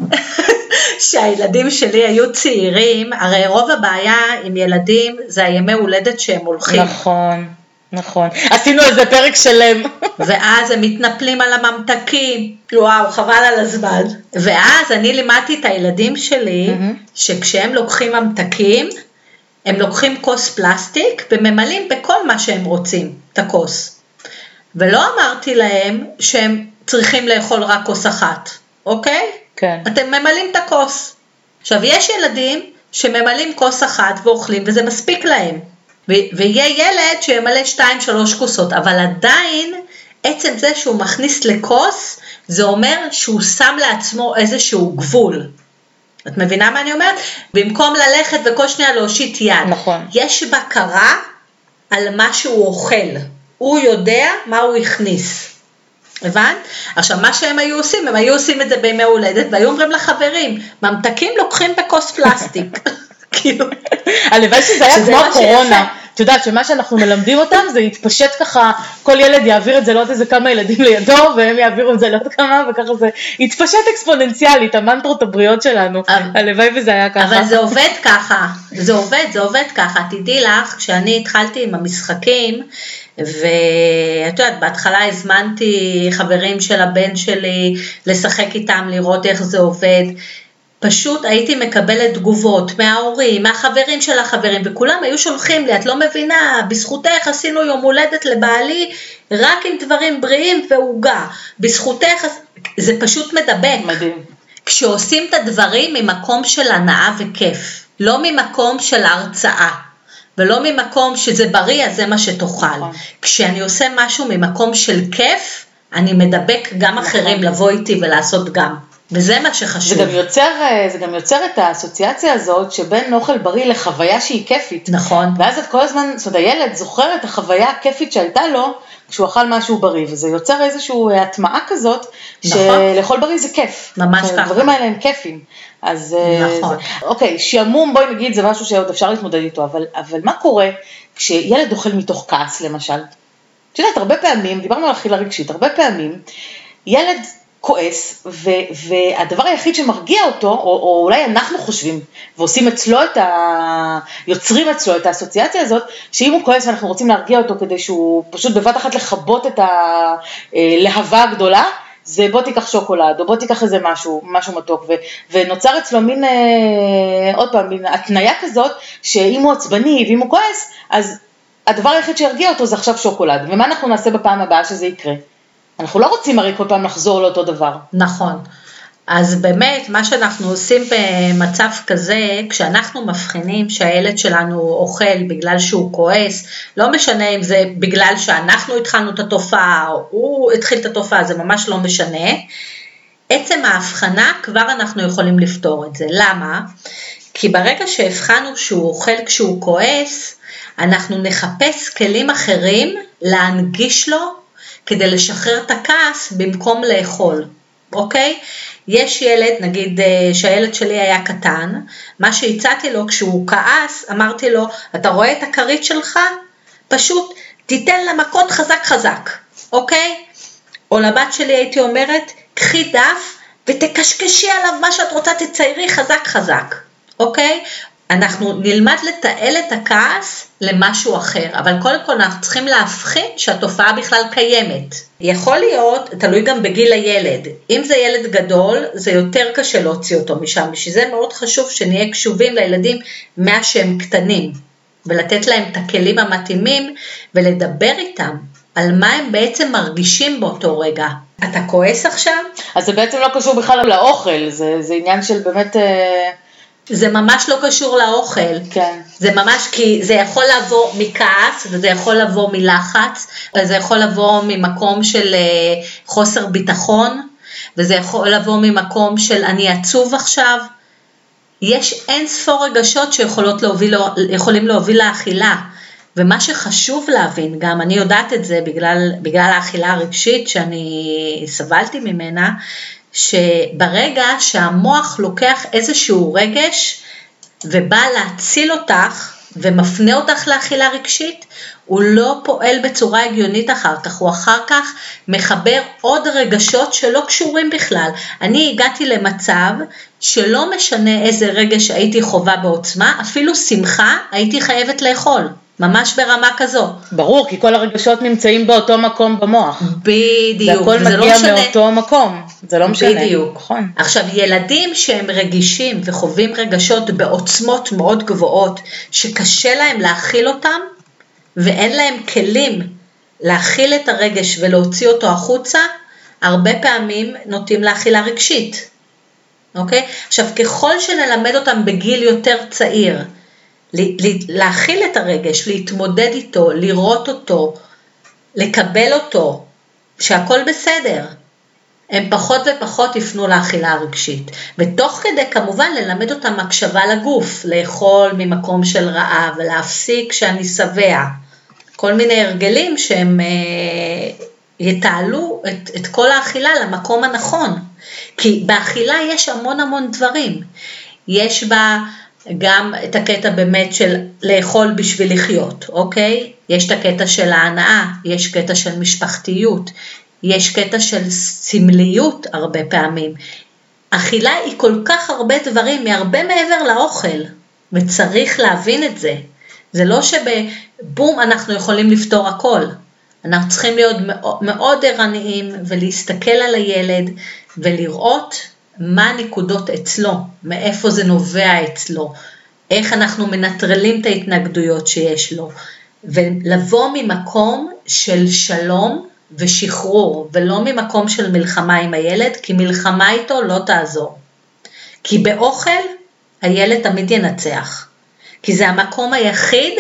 שהילדים שלי היו צעירים, הרי רוב הבעיה עם ילדים זה הימי הולדת שהם הולכים. נכון. עשינו איזה פרק שלם. ואז הם מתנפלים על הממתקים, וואו, חבל על הזמן. ואז אני לימדתי את הילדים שלי, שכשהם לוקחים ממתקים, הם לוקחים כוס פלסטיק, וממלאים בכל מה שהם רוצים, את הכוס. ולא אמרתי להם שהם צריכים לאכול רק כוס אחת, אוקיי? כן. אתם ממלאים את הכוס. עכשיו, יש ילדים שממלאים כוס אחת ואוכלים, וזה מספיק להם. ויהיה ילד שימלא 2-3 כוסות, אבל עדיין, עצם זה שהוא מכניס לכוס, זה אומר שהוא שם לעצמו איזשהו גבול. את מבינה מה אני אומרת? במקום ללכת וכל שנייה להושיט יד. נכון. יש בקרה על מה שהוא אוכל. הוא יודע מה הוא הכניס. הבנת? עכשיו, מה שהם היו עושים, הם היו עושים את זה בימי הולדת, והיו אומרים לחברים, ממתקים לוקחים בכוס פלסטיק. כאילו. הלוואי שזה היה כמו הקורונה. את יודעת שמה שאנחנו מלמדים אותם, זה יתפשט ככה, כל ילד יעביר את זה לעוד איזה כמה ילדים לידו, והם יעבירו את זה לעוד כמה, וככה זה יתפשט אקספוננציאלית, המנטרות הבריאות שלנו. הלוואי וזה היה ככה. אבל זה עובד ככה, זה עובד ככה. תדעי לך, כשאני התחלתי עם המשחקים, ואת יודעת, בהתחלה הזמנתי חברים של הבן שלי לשחק איתם, לראות איך זה עובד. פשוט הייתי מקבלת תגובות מההורים, מהחברים של החברים, וכולם היו שולחים לי, את לא מבינה, בזכותך עשינו יום הולדת לבעלי, רק עם דברים בריאים והוגה, בזכותך, זה פשוט מדבק. מדהים. כשעושים את הדברים ממקום של הנאה וכיף, לא ממקום של הרצאה, ולא ממקום שזה בריא, אז זה מה שתאכל. כשאני עושה משהו ממקום של כיף, אני מדבק גם אחרים לבוא איתי ולעשות גם. וזה מה שחשוב. זה גם יוצר את האסוציאציה הזאת שבין אוכל בריא לחוויה שהיא כיפית. נכון. ואז את כל הזמן, זאת אומרת, הילד זוכר את החוויה הכיפית שהייתה לו כשהוא אכל משהו בריא, וזה יוצר איזושהי הטמעה כזאת, שלאכול בריא זה כיף. ממש ככה. הדברים האלה הם כיפים. אז, נכון. אוקיי, שעמום, בואי נגיד, זה משהו שעוד אפשר להתמודד איתו, אבל מה קורה כשילד אוכל מתוך כעס, למשל? את יודעת, הרבה פעמים, דיברנו על אכילה רגשית, הרבה פעמים, ילד כועס, והדבר היחיד שמרגיע אותו, או אולי אנחנו חושבים, ועושים אצלו יוצרים אצלו את האסוציאציה הזאת, שאם הוא כועס ואנחנו רוצים להרגיע אותו, כדי שהוא פשוט בבת אחת לחבות את הלהבה הגדולה, זה בוא תיקח שוקולד, או בוא תיקח איזה משהו מתוק, ונוצר אצלו מין, עוד פעם, מין התניה כזאת, שאם הוא עצבני ואם הוא כועס, אז הדבר היחיד שירגיע אותו זה עכשיו שוקולד, ומה אנחנו נעשה בפעם הבאה שזה יקרה? אנחנו לא רוצים הרי כל פעם לחזור לאותו דבר. נכון. אז באמת, מה שאנחנו עושים במצב כזה, כשאנחנו מבחינים שהילד שלנו אוכל בגלל שהוא כועס, לא משנה אם זה בגלל שאנחנו התחלנו את התופעה, או הוא התחיל את התופעה, זה ממש לא משנה. עצם ההבחנה, כבר אנחנו יכולים לפתור את זה. למה? כי ברגע שהבחנו שהוא אוכל כשהוא כועס, אנחנו נחפש כלים אחרים להנגיש לו, כדי לשחרר את הכעס במקום לאכול, אוקיי? יש ילד, נגיד שהילד שלי היה קטן, מה שהצעתי לו כשהוא כעס, אמרתי לו, אתה רואה את הכרית שלך? פשוט תיתן לה מכות חזק חזק, אוקיי? או לבת שלי הייתי אומרת, קחי דף ותקשקשי עליו מה שאת רוצה, תציירי חזק חזק, אוקיי? אנחנו נלמד לתעל את הכעס למשהו אחר, אבל קודם כל אנחנו צריכים להבחין שהתופעה בכלל קיימת. יכול להיות, תלוי גם בגיל הילד, אם זה ילד גדול, זה יותר קשה להוציא אותו משם, בשביל זה מאוד חשוב שנהיה קשובים לילדים שהם קטנים, ולתת להם את הכלים המתאימים, ולדבר איתם על מה הם בעצם מרגישים באותו רגע. אתה כועס עכשיו? אז זה בעצם לא קשור בכלל לאוכל, זה עניין של באמת... זה ממש לא קשור לאוכל, כן. זה ממש כי זה יכול לבוא מכעס, וזה יכול לבוא מלחץ, וזה יכול לבוא ממקום של חוסר ביטחון, וזה יכול לבוא ממקום של אני עצוב עכשיו, יש אין ספור רגשות שיכולים להוביל לאכילה, ומה שחשוב להבין גם, אני יודעת את זה בגלל האכילה הרגשית שאני סבלתי ממנה, שברגע שהמוח לוקח איזשהו רגש ובא להציל אותך ומפנה אותך לאכילה רגשית, הוא לא פועל בצורה הגיונית אחר כך, הוא אחר כך מחבר עוד רגשות שלא קשורים בכלל. אני הגעתי למצב שלא משנה איזה רגש הייתי חובה בעוצמה, אפילו שמחה הייתי חייבת לאכול. ממש ברמה כזו. ברור, כי כל הרגשות נמצאים באותו מקום במוח. בדיוק. זה הכל מגיע מאותו מקום. זה לא משנה. בדיוק. נכון. עכשיו, ילדים שהם רגישים וחווים רגשות בעוצמות מאוד גבוהות, שקשה להם להכיל אותם, ואין להם כלים להכיל את הרגש ולהוציא אותו החוצה, הרבה פעמים נוטים להכילה רגשית. אוקיי? עכשיו, ככל שנלמד אותם בגיל יותר צעיר, להכיל את הרגש, להתמודד איתו, לראות אותו, לקבל אותו, שהכל בסדר, הם פחות ופחות יפנו לאכילה הרגשית. ותוך כדי כמובן ללמד אותם הקשבה לגוף, לאכול ממקום של רעב, ולהפסיק שאני שבע. כל מיני הרגלים שהם יתעלו את כל האכילה למקום הנכון. כי באכילה יש המון המון דברים. יש בה גם את הקטע באמת של לאכול בשביל לחיות, אוקיי? יש את הקטע של ההנאה, יש קטע של משפחתיות, יש קטע של סמליות הרבה פעמים. אכילה היא כל כך הרבה דברים, מהרבה מעבר לאוכל, וצריך להבין את זה. זה לא שבבום אנחנו יכולים לפתור הכל. אנחנו צריכים להיות מאוד ערניים ולהסתכל על הילד ולראות מה הנקודות אצלו, מאיפה זה נובע אצלו, איך אנחנו מנטרלים את ההתנגדויות שיש לו, ולבוא ממקום של שלום ושחרור, ולא ממקום של מלחמה עם הילד, כי מלחמה איתו לא תעזור. כי באוכל הילד תמיד ינצח, כי זה המקום היחיד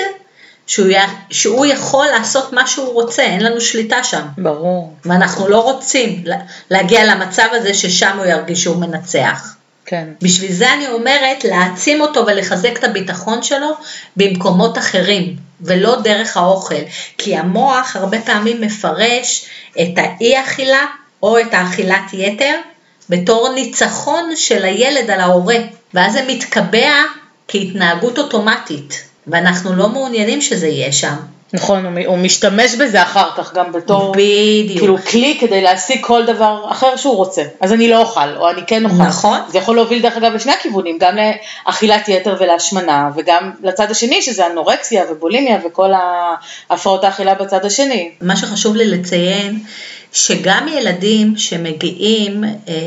שהוא יכול לעשות מה שהוא רוצה, אין לנו שליטה שם. ברור. ואנחנו לא רוצים להגיע למצב הזה ששם הוא ירגיש שהוא מנצח. כן. בשביל זה אני אומרת להעצים אותו ולחזק את הביטחון שלו במקומות אחרים, ולא דרך האוכל. כי המוח הרבה פעמים מפרש את האי אכילה או את האכילת יתר בתור ניצחון של הילד על ההורה. ואז זה מתקבע כהתנהגות אוטומטית. ואנחנו לא מעוניינים שזה יהיה שם. נכון, הוא משתמש בזה אחר כך גם בתור, בדיוק. כאילו כלי כדי להשיג כל דבר אחר שהוא רוצה. אז אני לא אוכל, או אני כן אוכל. נכון. זה יכול להוביל דרך אגב לשני הכיוונים, גם לאכילת יתר ולהשמנה, וגם לצד השני שזה אנורקסיה ובולימיה וכל ההפרעות האכילה בצד השני. מה שחשוב לי לציין, שגם ילדים שמגיעים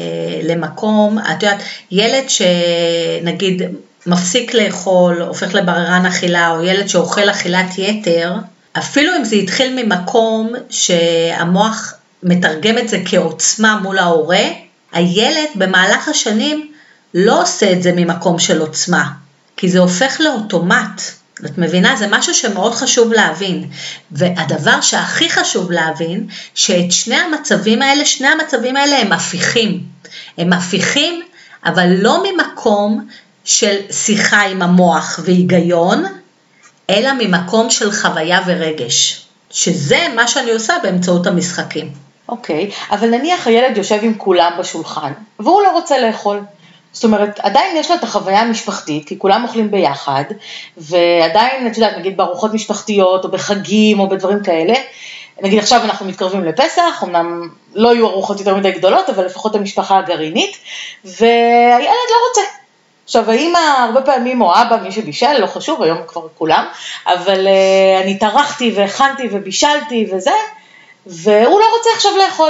למקום, את יודעת, ילד שנגיד מפסיק לאכול, הופך לבררן אכילה, או ילד שאוכל אכילת יתר, אפילו אם זה התחיל ממקום שהמוח מתרגם את זה כעוצמה מול ההורה, הילד במהלך השנים לא עושה את זה ממקום של עוצמה, כי זה הופך לאוטומט. את מבינה? זה משהו שמאוד חשוב להבין. והדבר שהכי חשוב להבין, שאת שני המצבים האלה הם הפיכים. הם הפיכים, אבל לא ממקום של שיחה עם המוח והיגיון, אלא ממקום של חוויה ורגש. שזה מה שאני עושה באמצעות המשחקים. אוקיי, אבל נניח הילד יושב עם כולם בשולחן, והוא לא רוצה לאכול. זאת אומרת, עדיין יש לו את החוויה המשפחתית, כי כולם אוכלים ביחד, ועדיין, את יודעת, נגיד בארוחות משפחתיות, או בחגים, או בדברים כאלה, נגיד עכשיו אנחנו מתקרבים לפסח, אמנם לא יהיו ארוחות יותר מדי גדולות, אבל לפחות המשפחה הגרעינית, והילד לא רוצה. עכשיו, האמא הרבה פעמים, או אבא, מי שבישל, לא חשוב, היום כבר כולם, אבל אני טרחתי והכנתי ובישלתי וזה, והוא לא רוצה עכשיו לאכול.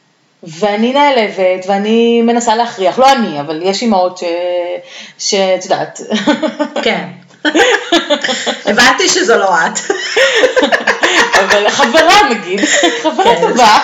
ואני נעלבת, ואני מנסה להכריח, לא אני, אבל יש אמהות שאת יודעת. כן. הבנתי שזו לא את. אבל חברה נגיד, חברה טובה.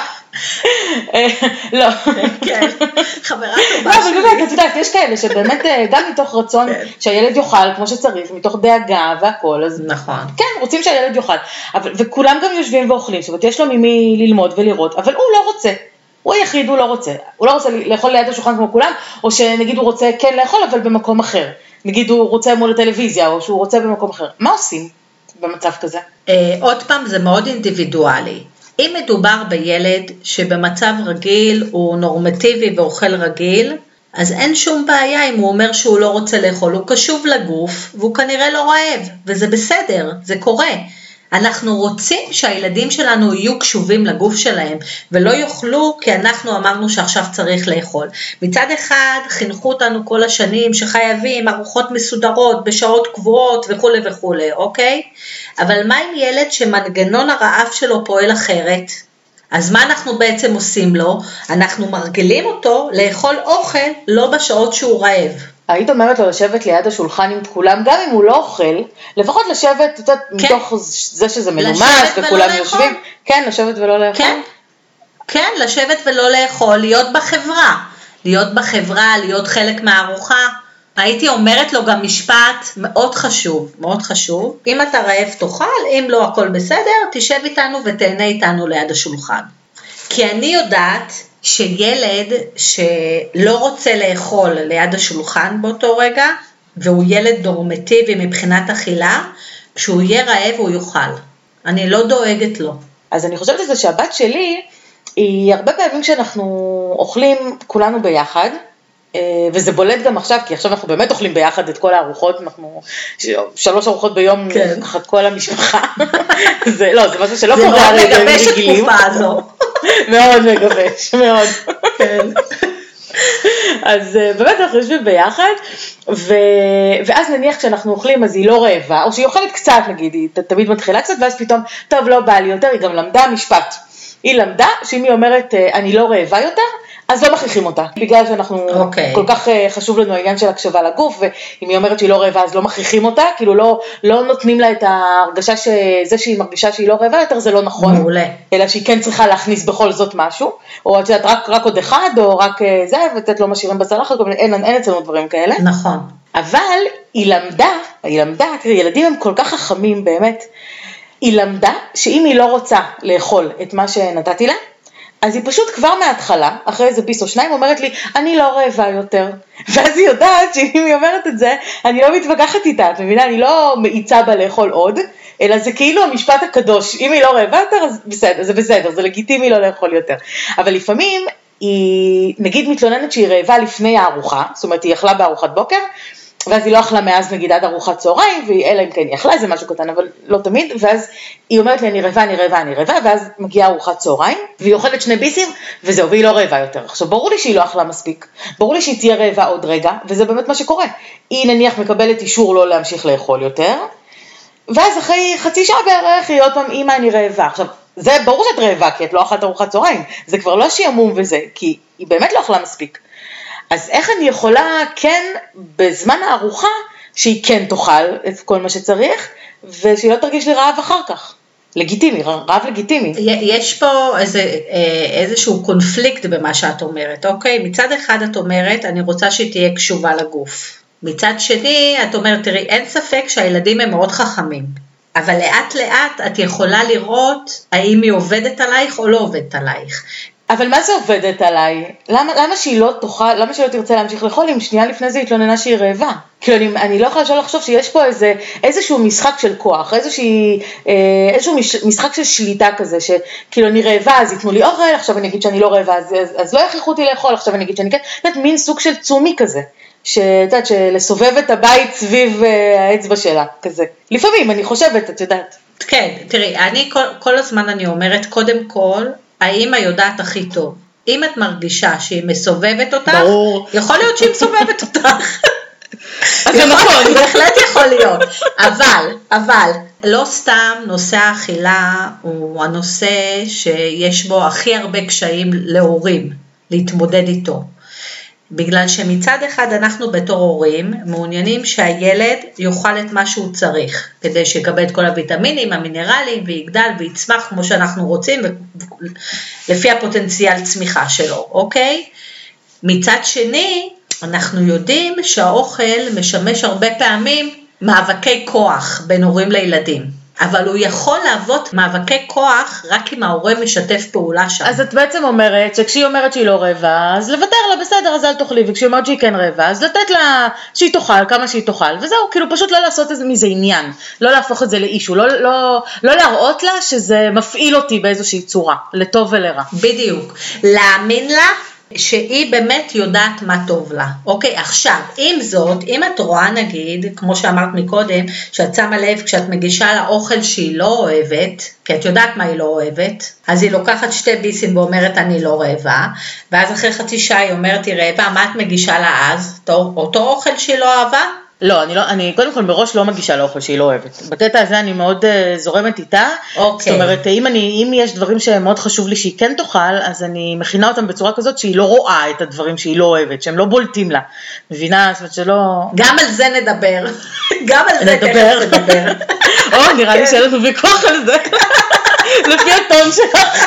לא. כן, חברה טובה. לא, אבל באמת, את יודעת, יש כאלה שבאמת גם מתוך רצון שהילד יאכל כמו שצריך, מתוך דאגה והכל, אז נכון. כן, רוצים שהילד יאכל, וכולם גם יושבים ואוכלים, זאת אומרת, יש לו ממי ללמוד ולראות, אבל הוא לא רוצה. הוא היחיד, הוא לא רוצה לאכול ליד השולחן כמו כולם, או שנגיד הוא רוצה כן לאכול, אבל במקום אחר. נגיד הוא רוצה מול הטלוויזיה, או שהוא רוצה במקום אחר. מה עושים במצב כזה? עוד פעם, זה מאוד אינדיבידואלי. אם מדובר בילד שבמצב רגיל הוא נורמטיבי ואוכל רגיל, אז אין שום בעיה אם הוא אומר שהוא לא רוצה לאכול, הוא קשוב לגוף, והוא כנראה לא רעב, וזה בסדר, זה קורה. אנחנו רוצים שהילדים שלנו יהיו קשובים לגוף שלהם, ולא יאכלו כי אנחנו אמרנו שעכשיו צריך לאכול. מצד אחד חינכו אותנו כל השנים שחייבים ארוחות מסודרות בשעות קבועות וכו' וכו', אוקיי? אבל מה עם ילד שמנגנון הרעב שלו פועל אחרת? אז מה אנחנו בעצם עושים לו? אנחנו מרגלים אותו לאכול אוכל לא בשעות שהוא רעב. היית אומרת לו לשבת ליד השולחן עם כולם, גם אם הוא לא אוכל, לפחות לשבת, כן. מתוך זה שזה מנומס וכולם יושבים, כן, לשבת ולא לאכול. כן, כן, לשבת ולא לאכול, להיות בחברה, להיות חלק מהארוחה. הייתי אומרת לו גם משפט מאוד חשוב, מאוד חשוב, אם אתה רעב תאכל, אם לא הכל בסדר, תשב איתנו ותהנה איתנו ליד השולחן. כי אני יודעת שילד שלא רוצה לאכול ליד השולחן באותו רגע, והוא ילד נורמטיבי מבחינת אכילה, כשהוא יהיה רעב הוא יאכל. אני לא דואגת לו. אז אני חושבת את זה שהבת שלי, היא הרבה פעמים כשאנחנו אוכלים כולנו ביחד, וזה בולט גם עכשיו, כי עכשיו אנחנו באמת אוכלים ביחד את כל הארוחות, אנחנו 3 ארוחות ביום, כן. ככה כל המשפחה, זה משהו שלא קורה. זה מאוד מגבש התקופה הזו. מאוד מגבש, מאוד. כן. אז באמת אנחנו יושבים ביחד, ואז נניח כשאנחנו אוכלים אז היא לא רעבה, או שהיא אוכלת קצת נגיד, היא תמיד מתחילה קצת, ואז פתאום, טוב לא בא לי יותר, היא גם למדה משפט. היא למדה שאם היא אומרת אני לא רעבה יותר, אז לא מכריחים אותה, בגלל שאנחנו כל כך חשוב לנו העניין של הקשבה לגוף, ואם היא אומרת שהיא לא רעבה אז לא מכריחים אותה, כאילו לא נותנים לה את ההרגשה שזה שהיא מרגישה שהיא לא רעבה יותר, זה לא נכון, מעולה. אלא שהיא כן צריכה להכניס בכל זאת משהו, או את יודעת רק עוד אחד, או רק זה, ותת לא משאירים בצלחת, אין אצלנו דברים כאלה. נכון. אבל היא למדה, תראי, ילדים הם כל כך חכמים באמת, היא למדה שאם היא לא רוצה לאכול את מה שנתתי לה, אז היא פשוט כבר מההתחלה, אחרי איזה ביס או שניים, אומרת לי, אני לא רעבה יותר. ואז היא יודעת שאם היא אומרת את זה, אני לא מתווכחת איתה, את מבינה? אני לא מאיצה בה לאכול עוד, אלא זה כאילו המשפט הקדוש, אם היא לא רעבה יותר, אז בסדר, זה לגיטימי לא לאכול יותר. אבל לפעמים היא, נגיד מתלוננת שהיא רעבה לפני הארוחה, זאת אומרת היא אכלה בארוחת בוקר, ואז היא לא אכלה מאז נגיד עד ארוחת צהריים, אלא אם כן היא אכלה, זה משהו קטן, אבל לא תמיד, ואז היא אומרת לי, אני רעבה, ואז מגיעה ארוחת צהריים, והיא אוכלת 2 ביסים, וזהו, והיא לא רעבה יותר. עכשיו, ברור לי שהיא לא אכלה מספיק, ברור לי שהיא תהיה רעבה עוד רגע, וזה באמת מה שקורה. היא נניח מקבלת אישור לא להמשיך לאכול יותר, ואז אחרי חצי שעה בערך, היא עוד פעם, אמא, אני רעבה. עכשיו, זה ברור שאת רעבה, כי את לא אכלת ארוחת צהריים, זה כבר לא שימום וזה, כי היא באמת לא אכלה מספיק. אז איך אני יכולה כן בזמן הארוחה שהיא כן תאכל את כל מה שצריך, ושהיא לא תרגיש לי רעב אחר כך. לגיטימי, רעב לגיטימי. יש פה איזשהו קונפליקט במה שאת אומרת, אוקיי? מצד אחד את אומרת, אני רוצה שהיא תהיה קשובה לגוף. מצד שני, את אומרת, תראי, אין ספק שהילדים הם מאוד חכמים, אבל לאט לאט את יכולה לראות האם היא עובדת עלייך או לא עובדת עלייך. אבל מה זה עובדת עליי? למה שהיא לא תוכל, למה שהיא לא תרצה להמשיך לאכול, אם שנייה לפני זה התלוננה שהיא רעבה? כאילו אני לא יכולה לחשוב שיש פה איזשהו משחק של כוח, איזשהו משחק של שליטה כזה, שכאילו אני רעבה, אז יתנו לי אוכל, עכשיו אני אגיד שאני לא רעבה, אז לא יכריחו אותי לאכול, עכשיו אני אגיד שאני כן, זאת מין סוג של צומי כזה, שאת לסובב את הבית סביב האצבע שלה, כזה. לפעמים אני חושבת, את יודעת. כן, תראי, אני כל הזמן אני אומרת, קודם כל, האמא יודעת הכי טוב. אם את מרגישה שהיא מסובבת אותך, ברור. יכול להיות שהיא מסובבת אותך. זה נכון. בהחלט יכול להיות. אבל, לא סתם נושא האכילה הוא הנושא שיש בו הכי הרבה קשיים להורים להתמודד איתו. בגלל שמצד אחד אנחנו בתור הורים מעוניינים שהילד יאכל את מה שהוא צריך, כדי שיקבל את כל הוויטמינים, המינרלים, ויגדל ויצמח כמו שאנחנו רוצים, לפי הפוטנציאל צמיחה שלו, אוקיי? מצד שני, אנחנו יודעים שהאוכל משמש הרבה פעמים מאבקי כוח בין הורים לילדים. אבל הוא יכול להוות מאבקי כוח רק אם ההורה משתף פעולה שם. אז את בעצם אומרת שכשהיא אומרת שהיא לא רעבה, אז לוותר לה בסדר, אז אל תאכלי, וכשהיא אומרת שהיא כן רעבה, אז לתת לה שהיא תאכל, כמה שהיא תאכל, וזהו, כאילו פשוט לא לעשות מזה עניין, לא להפוך את זה לאישו, לא להראות לה שזה מפעיל אותי באיזושהי צורה, לטוב ולרע. בדיוק, להאמין לה, שהיא באמת יודעת מה טוב לה. אוקיי, עכשיו, עם זאת, אם את רואה נגיד, כמו שאמרת מקודם, שאת שמה לב כשאת מגישה לה אוכל שהיא לא אוהבת, כי את יודעת מה היא לא אוהבת, אז היא לוקחת 2 ביסים ואומרת אני לא רעבה, ואז אחרי חצי שעה היא אומרת היא רעבה, מה את מגישה לה אז? אותו אוכל שהיא לא אהבה? לא, אני קודם כל מראש לא מגישה לאוכל שהיא לא אוהבת. בקטע הזה אני מאוד זורמת איתה. אוקיי. זאת אומרת, אם יש דברים שמאוד חשוב לי שהיא כן תאכל, אז אני מכינה אותם בצורה כזאת שהיא לא רואה את הדברים שהיא לא אוהבת, שהם לא בולטים לה. מבינה? זאת אומרת שלא... גם על זה נדבר. גם על זה נדבר. נראה לי שאין לנו ויכוח על זה. לפי הטון שלך.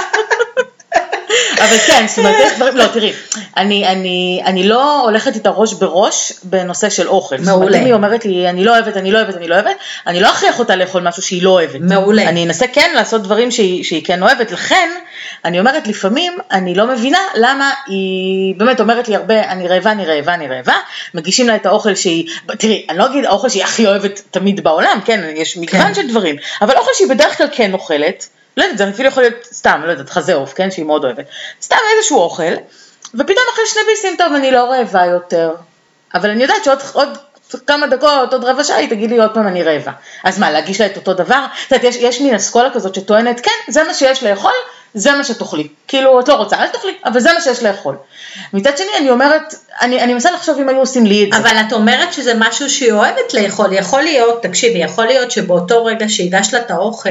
אבל כן, זאת אומרת, יש דברים, לא, תראי, אני לא הולכת איתה ראש בראש בנושא של אוכל. מעולה. אם היא אומרת לי, אני לא אוהבת, אני לא אכריח אותה לאכול משהו שהיא לא אוהבת. מעולה. אני אנסה כן לעשות דברים שהיא כן אוהבת, לכן, אני אומרת לפעמים, אני לא מבינה למה היא באמת אומרת לי הרבה, אני רעבה, מגישים לה את האוכל שהיא, תראי, אני לא אגיד האוכל שהיא הכי אוהבת תמיד בעולם, כן, יש מגוון של דברים, אבל אוכל שהיא בדרך כלל כן אוכלת, לא יודעת, זה אפילו יכול להיות סתם, לא יודעת, חזה עוף, כן, שהיא מאוד אוהבת. סתם איזשהו אוכל, ופתאום אחרי 2 ביסים, טוב, אני לא רעבה יותר. אבל אני יודעת שעוד כמה דקות, עוד רבע שעה, היא תגיד לי עוד פעם אני רעבה. אז מה, להגיש לה את אותו דבר? זאת אומרת, יש מין אסכולה כזאת שטוענת, כן, זה מה שיש לאכול, זה מה שתאכלי. כאילו, את לא רוצה, אל תאכלי, אבל זה מה שיש לאכול. מצד שני, אני אומרת, אני מנסה לחשוב אם היו עושים לי את זה. אבל את אומרת שזה משהו שהיא אוהבת לאכול, יכול להיות, תקשיבי, יכול להיות שבאותו רגע שהגש לה את האוכל,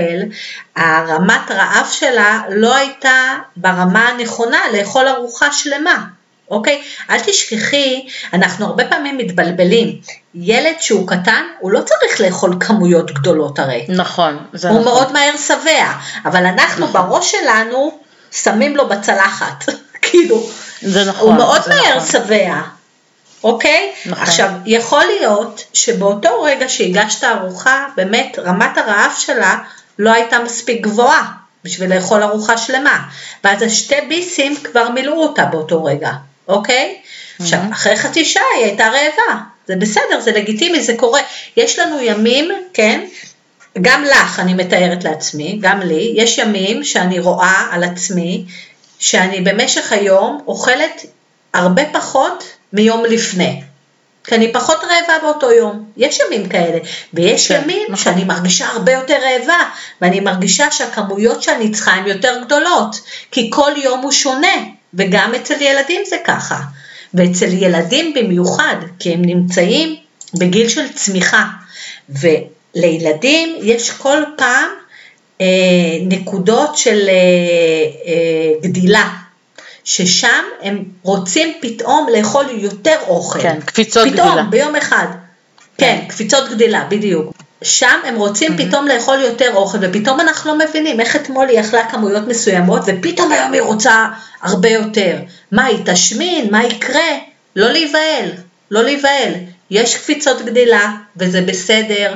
הרמת רעב שלה לא הייתה ברמה הנכונה לאכול ארוחה שלמה. אוקיי? אל תשכחי, אנחנו הרבה פעמים מתבלבלים, ילד שהוא קטן, הוא לא צריך לאכול כמויות גדולות הרי. נכון, זה הוא נכון. מאוד מהר שבע, אבל אנחנו בראש שלנו שמים לו בצלחת, כאילו, זה נכון. הוא מאוד זה מהר נכון. שבע, אוקיי? נכון. עכשיו, יכול להיות שבאותו רגע שהגשת ארוחה, באמת רמת הרעב שלה לא הייתה מספיק גבוהה, בשביל לאכול ארוחה שלמה, ואז השתי ביסים כבר מילאו אותה באותו רגע, אוקיי? עכשיו, אחרי חצי שעה היא הייתה רעבה, זה בסדר, זה לגיטימי, זה קורה, יש לנו ימים, כן? גם לך אני מתארת לעצמי, גם לי, יש ימים שאני רואה על עצמי, שאני במשך היום אוכלת הרבה פחות מיום לפני, כי אני פחות רעבה באותו יום, יש ימים כאלה, ויש כן, ימים נכון. שאני מרגישה הרבה יותר רעבה, ואני מרגישה שהכמויות שאני צריכה הן יותר גדולות, כי כל יום הוא שונה, וגם אצל ילדים זה ככה, ואצל ילדים במיוחד, כי הם נמצאים בגיל של צמיחה, ולילדים יש כל פעם נקודות של גדילה, ששם הם רוצים פתאום לאכול יותר אוכל. כן, קפיצות פתאום, גדילה. ביום אחד. כן, קפיצות גדילה, בדיוק. שם הם רוצים פתאום לאכול יותר אוכל, ופתאום אנחנו לא מבינים איך אתמול היא אכלה כמויות מסוימות, ופתאום היום היא רוצה הרבה יותר. מה, היא תשמין? מה יקרה? לא להיבהל, לא להיבהל. יש קפיצות גדילה, וזה בסדר,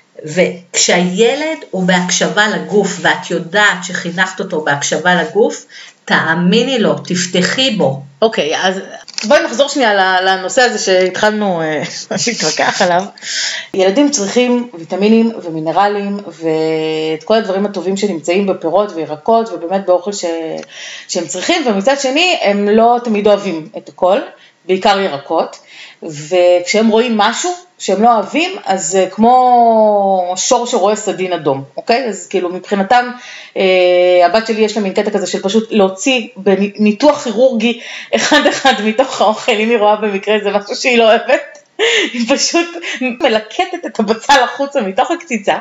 וכשהילד הוא בהקשבה לגוף, ואת יודעת שחינכת אותו בהקשבה לגוף, תאמיני לו, תפתחי בו. אוקיי, אז בואי נחזור שנייה לנושא הזה שהתחלנו להתווכח עליו. ילדים צריכים ויטמינים ומינרלים ואת כל הדברים הטובים שנמצאים בפירות וירקות ובאמת באוכל שהם צריכים, ומצד שני הם לא תמיד אוהבים את הכל, בעיקר ירקות, וכשהם רואים משהו שהם לא אוהבים, אז כמו שור שרואה סדין אדום, אוקיי? אז כאילו מבחינתם, הבת שלי יש לה מין קטע כזה של פשוט להוציא בניתוח כירורגי אחד מתוך האוכל, אם היא רואה במקרה זה משהו שהיא לא אוהבת, היא פשוט מלקטת את הבצל החוצה מתוך הקציצה,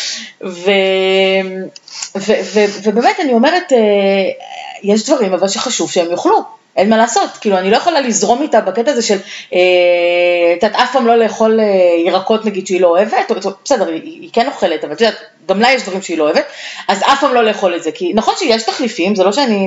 ובאמת אני אומרת, יש דברים אבל שחשוב שהם יאכלו, אין מה לעשות, כאילו אני לא יכולה לזרום איתה בקטע הזה של, את אף פעם לא לאכול ירקות נגיד שהיא לא אוהבת, בסדר, היא כן אוכלת, אבל את יודעת, גם לה יש דברים שהיא לא אוהבת, אז אף פעם לא לאכול את זה, כי נכון שיש תחליפים, זה לא שאני,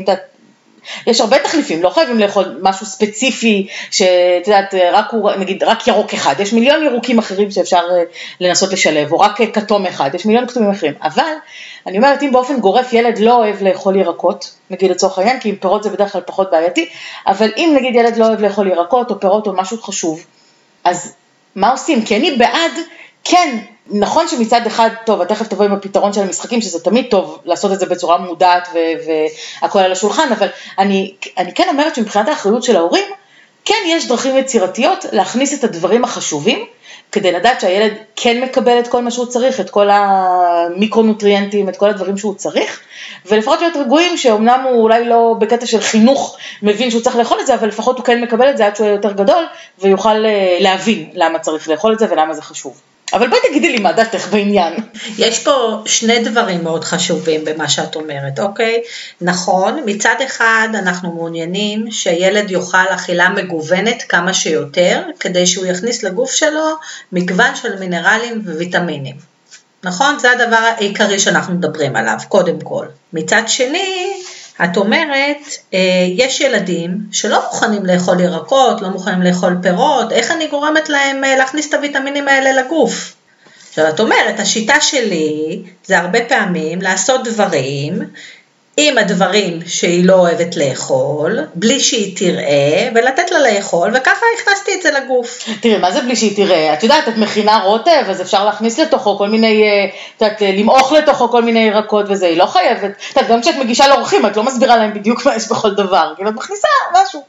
יש הרבה תחליפים, לא חייבים לאכול משהו ספציפי, שאת יודעת, נגיד, רק ירוק אחד, יש מיליון ירוקים אחרים שאפשר לנסות לשלב, או רק כתום אחד, יש מיליון כתומים אחרים, אבל אני אומרת, אם באופן גורף ילד לא אוהב לאכול ירקות, נגיד לצורך העניין, כי עם פירות זה בדרך כלל פחות בעייתי, אבל אם נגיד ילד לא אוהב לאכול ירקות או פירות או משהו חשוב, אז מה עושים? כי אני בעד, כן, נכון שמצד אחד, טוב, את תכף תבוא עם הפתרון של המשחקים, שזה תמיד טוב לעשות את זה בצורה מודעת והכל על השולחן, אבל אני כן אומרת שמבחינת האחריות של ההורים, כן יש דרכים יצירתיות להכניס את הדברים החשובים, כדי לדעת שהילד כן מקבל את כל מה שהוא צריך, את כל המיקרונוטריאנטים, את כל הדברים שהוא צריך, ולפחות להיות רגועים שאומנם הוא אולי לא בקטע של חינוך מבין שהוא צריך לאכול את זה, אבל לפחות הוא כן מקבל את זה עד שהוא יהיה יותר גדול, ויוכל להבין למה צריך לאכול את זה ולמה זה חשוב. אבל בואי תגידי לי מה דעתך בעניין. יש פה שני דברים מאוד חשובים במה שאת אומרת, אוקיי? נכון, מצד אחד אנחנו מעוניינים שהילד יאכל אכילה מגוונת כמה שיותר, כדי שהוא יכניס לגוף שלו מגוון של מינרלים וויטמינים. נכון? זה הדבר העיקרי שאנחנו מדברים עליו, קודם כל. מצד שני, את אומרת, יש ילדים שלא מוכנים לאכול ירקות, לא מוכנים לאכול פירות, איך אני גורמת להם להכניס את הוויטמינים האלה לגוף? עכשיו, את אומרת, השיטה שלי זה הרבה פעמים לעשות דברים עם הדברים שהיא לא אוהבת לאכול, בלי שהיא תראה, ולתת לה לאכול, וככה הכנסתי את זה לגוף. תראי, מה זה בלי שהיא תראה? את יודעת, את מכינה רוטב, אז אפשר להכניס לתוכו כל מיני, את יודעת, למעוך לתוכו כל מיני ירקות וזה, היא לא חייבת. את יודעת, גם כשאת מגישה לאורחים, את לא מסבירה להם בדיוק מה יש בכל דבר, כאילו את מכניסה משהו.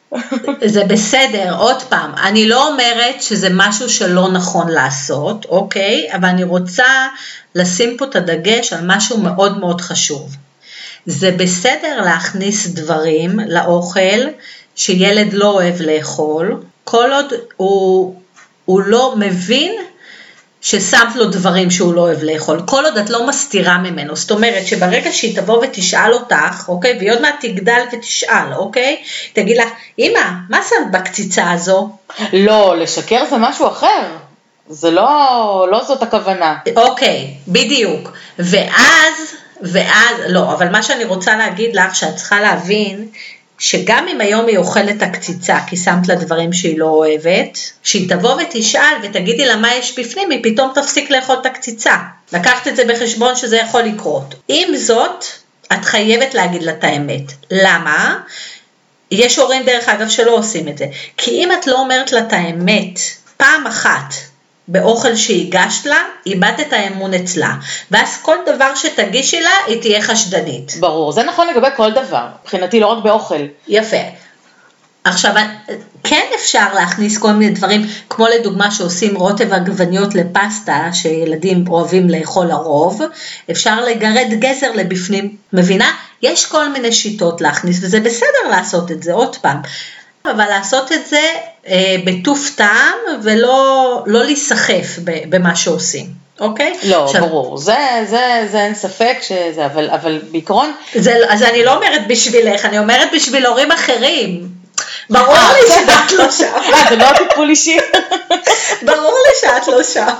זה בסדר, עוד פעם, אני לא אומרת שזה משהו שלא נכון לעשות, אוקיי? אבל אני רוצה לשים פה את הדגש על משהו מאוד מאוד חשוב. זה בסדר להכניס דברים לאוכל שילד לא אוהב לאכול, כל עוד הוא לא מבין ששמת לו דברים שהוא לא אוהב לאכול, כל עוד את לא מסתירה ממנו, זאת אומרת שברגע שהיא תבוא ותשאל אותך, אוקיי, והיא עוד מעט תגדל ותשאל, אוקיי, תגיד לך, אמא, מה שמת בקציצה הזו? לא, לשקר זה משהו אחר, זה לא זאת הכוונה. אוקיי, בדיוק, ואז, לא, אבל מה שאני רוצה להגיד לך, שאת צריכה להבין, שגם אם היום היא אוכלת הקציצה, כי שמת לה דברים שהיא לא אוהבת, שהיא תבוא ותשאל ותגידי לה מה יש בפנים, היא פתאום תפסיק לאכול את הקציצה. לקחת את זה בחשבון שזה יכול לקרות. עם זאת, את חייבת להגיד לה את האמת. למה? יש הורים דרך אגב שלא עושים את זה. כי אם את לא אומרת לה את האמת, פעם אחת, באוכל שהגשת לה, איבדת את האמון אצלה. ואז כל דבר שתגישי לה, היא תהיה חשדנית. ברור, זה נכון לגבי כל דבר. מבחינתי לא רק באוכל. יפה. עכשיו, כן אפשר להכניס כל מיני דברים, כמו לדוגמה שעושים רוטב עגבניות לפסטה, שילדים אוהבים לאכול לרוב, אפשר לגרד גזר לבפנים, מבינה? יש כל מיני שיטות להכניס, וזה בסדר לעשות את זה, עוד פעם. אבל לעשות את זה בטוף טעם, ולא להיסחף במה שעושים, אוקיי? לא, עכשיו, ברור, זה אין ספק שזה, אבל בעיקרון... אז אני לא אומרת בשבילך, אני אומרת בשביל הורים אחרים. ברור לי שאת לא שם. זה לא טיפול אישי. ברור לי שאת לא שם.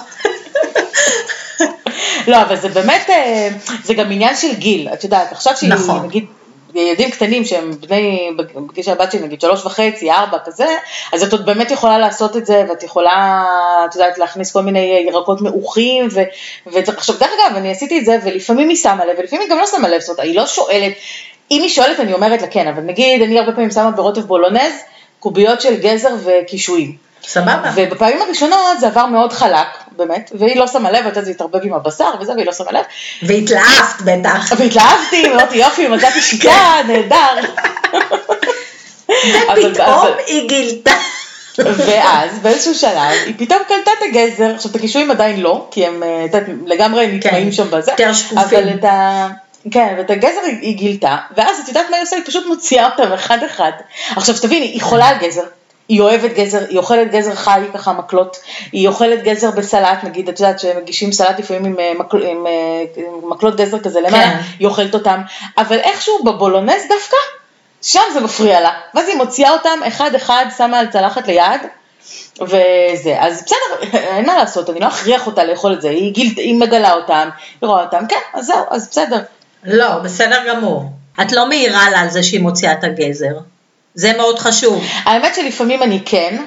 לא, אבל זה באמת, זה גם עניין של גיל, את יודעת, עכשיו שהיא, נגיד, ילדים קטנים שהם בגיל של הבת שלי, נגיד 3.5, 4 כזה, אז את עוד באמת יכולה לעשות את זה, ואת יכולה, את יודעת, להכניס כל מיני ירקות מעוכים, עכשיו, דרך אגב, אני עשיתי את זה, ולפעמים היא שמה לב, ולפעמים היא גם לא שמה לב, זאת אומרת, היא לא שואלת, אם היא שואלת, אני אומרת לה כן, אבל נגיד, אני הרבה פעמים שמה ברוטב בולונז, קוביות של גזר וקישואים. סבבה. ובפעמים הראשונות זה עבר מאוד חלק, באמת, והיא לא שמה לב, זה התערבב עם הבשר וזה, והיא לא שמה לב. והתלהבת בטח. והתלהבתי, ואמרתי יופי, מצאתי שיטה, נהדר. ופתאום היא גילתה. ואז באיזשהו שלב, היא פתאום קלטה את הגזר, עכשיו את הקישואים עדיין לא, כי הם לגמרי נטמעים שם בזה. יותר שקופים. כן, ואת הגזר היא גילתה, ואז את יודעת מה היא עושה, היא פשוט מוציאה אותם אחד אחד. עכשיו תביני, היא חולה על גזר, היא אוהבת גזר, היא אוכלת גזר חי, ככה מקלות, היא אוכלת גזר בסלט, נגיד, את יודעת שמגישים סלט לפעמים עם מקלות גזר כזה למעלה, היא אוכלת אותם, אבל איכשהו בבולונז דווקא, שם זה מפריע לה, ואז היא מוציאה אותם אחד אחד, שמה על צלחת ליד, וזה, אז בסדר, אין מה לעשות, אני לא אכריח אותה לאכול את זה, היא מגלה אותם, היא רואה אותם, כן, אז זהו, אז בסדר. לא, בסדר גמור. את לא מעירה לה על זה שהיא מוציאה את הגזר. זה מאוד חשוב. האמת שלפעמים אני כן,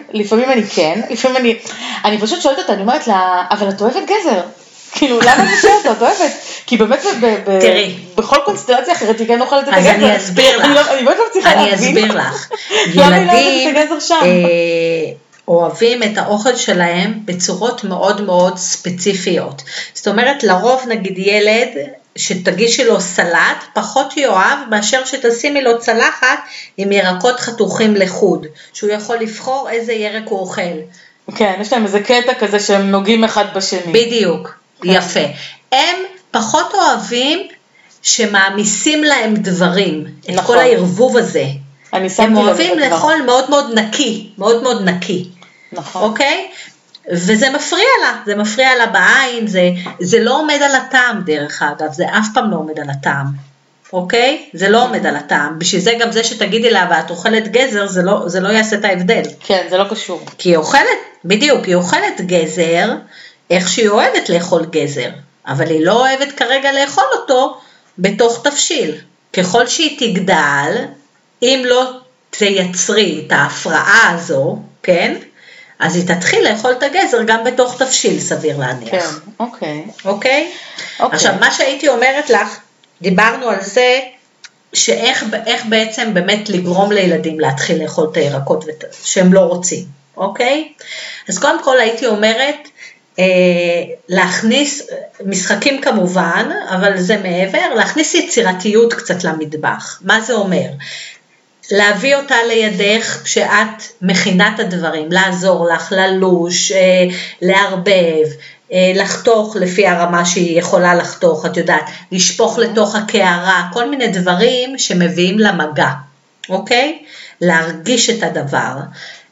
אני פשוט שואלת אותה, אני אומרת לה, אבל את אוהבת גזר? כאילו, למה את שואלת אותה, את אוהבת? כי באמת בכל קונסטלציה אחרת היא כן אוכלת את הגזר. אז אני אסביר לך. אני באמת לא צריכה להבין. אני אסביר לך. למה היא לא אוהבת את הגזר שם? אוהבים את האוכל שלהם בצורות מאוד מאוד ספציפיות. זאת אומרת, לרוב נגיד ילד שתגישי לו סלט, פחות יאהב מאשר שתשימי לו צלחת עם ירקות חתוכים לחוד, שהוא יכול לבחור איזה ירק הוא אוכל. כן, יש להם איזה קטע כזה שהם נוגעים אחד בשני. בדיוק, יפה. הם פחות אוהבים שמעמיסים להם דברים, את כל הערבוב הזה. הם אוהבים לאכול מאוד מאוד נקי, מאוד מאוד נקי. נכון. אוקיי? וזה מפריע לה בעין, זה לא עומד על הטעם דרך אגב, זה אף פעם לא עומד על הטעם, אוקיי? זה לא עומד על הטעם, בשביל זה גם זה שתגידי לה, ואת אוכלת גזר, זה לא יעשה את ההבדל. כן, זה לא קשור. כי היא אוכלת, בדיוק, היא אוכלת גזר, איך שהיא אוהבת לאכול גזר, אבל היא לא אוהבת כרגע לאכול אותו בתוך תבשיל. ככל שהיא תגדל, אם לא תייצרי את ההפרעה הזו, כן? אז היא תתחיל לאכול את הגזר גם בתוך תבשיל, סביר להניח. כן, אוקיי. אוקיי? עכשיו, מה שהייתי אומרת לך, דיברנו על זה, שאיך בעצם באמת לגרום לילדים להתחיל לאכול את הירקות שהם לא רוצים, אוקיי? אז קודם כל הייתי אומרת, להכניס, משחקים כמובן, אבל זה מעבר, להכניס יצירתיות קצת למטבח. מה זה אומר? להביא אותה לידך שאת מכינה את הדברים, לעזור לך, ללוש, לערבב, לחתוך לפי הרמה שהיא יכולה לחתוך, את יודעת, לשפוך לתוך הקערה, כל מיני דברים שמביאים למגע, אוקיי? להרגיש את הדבר.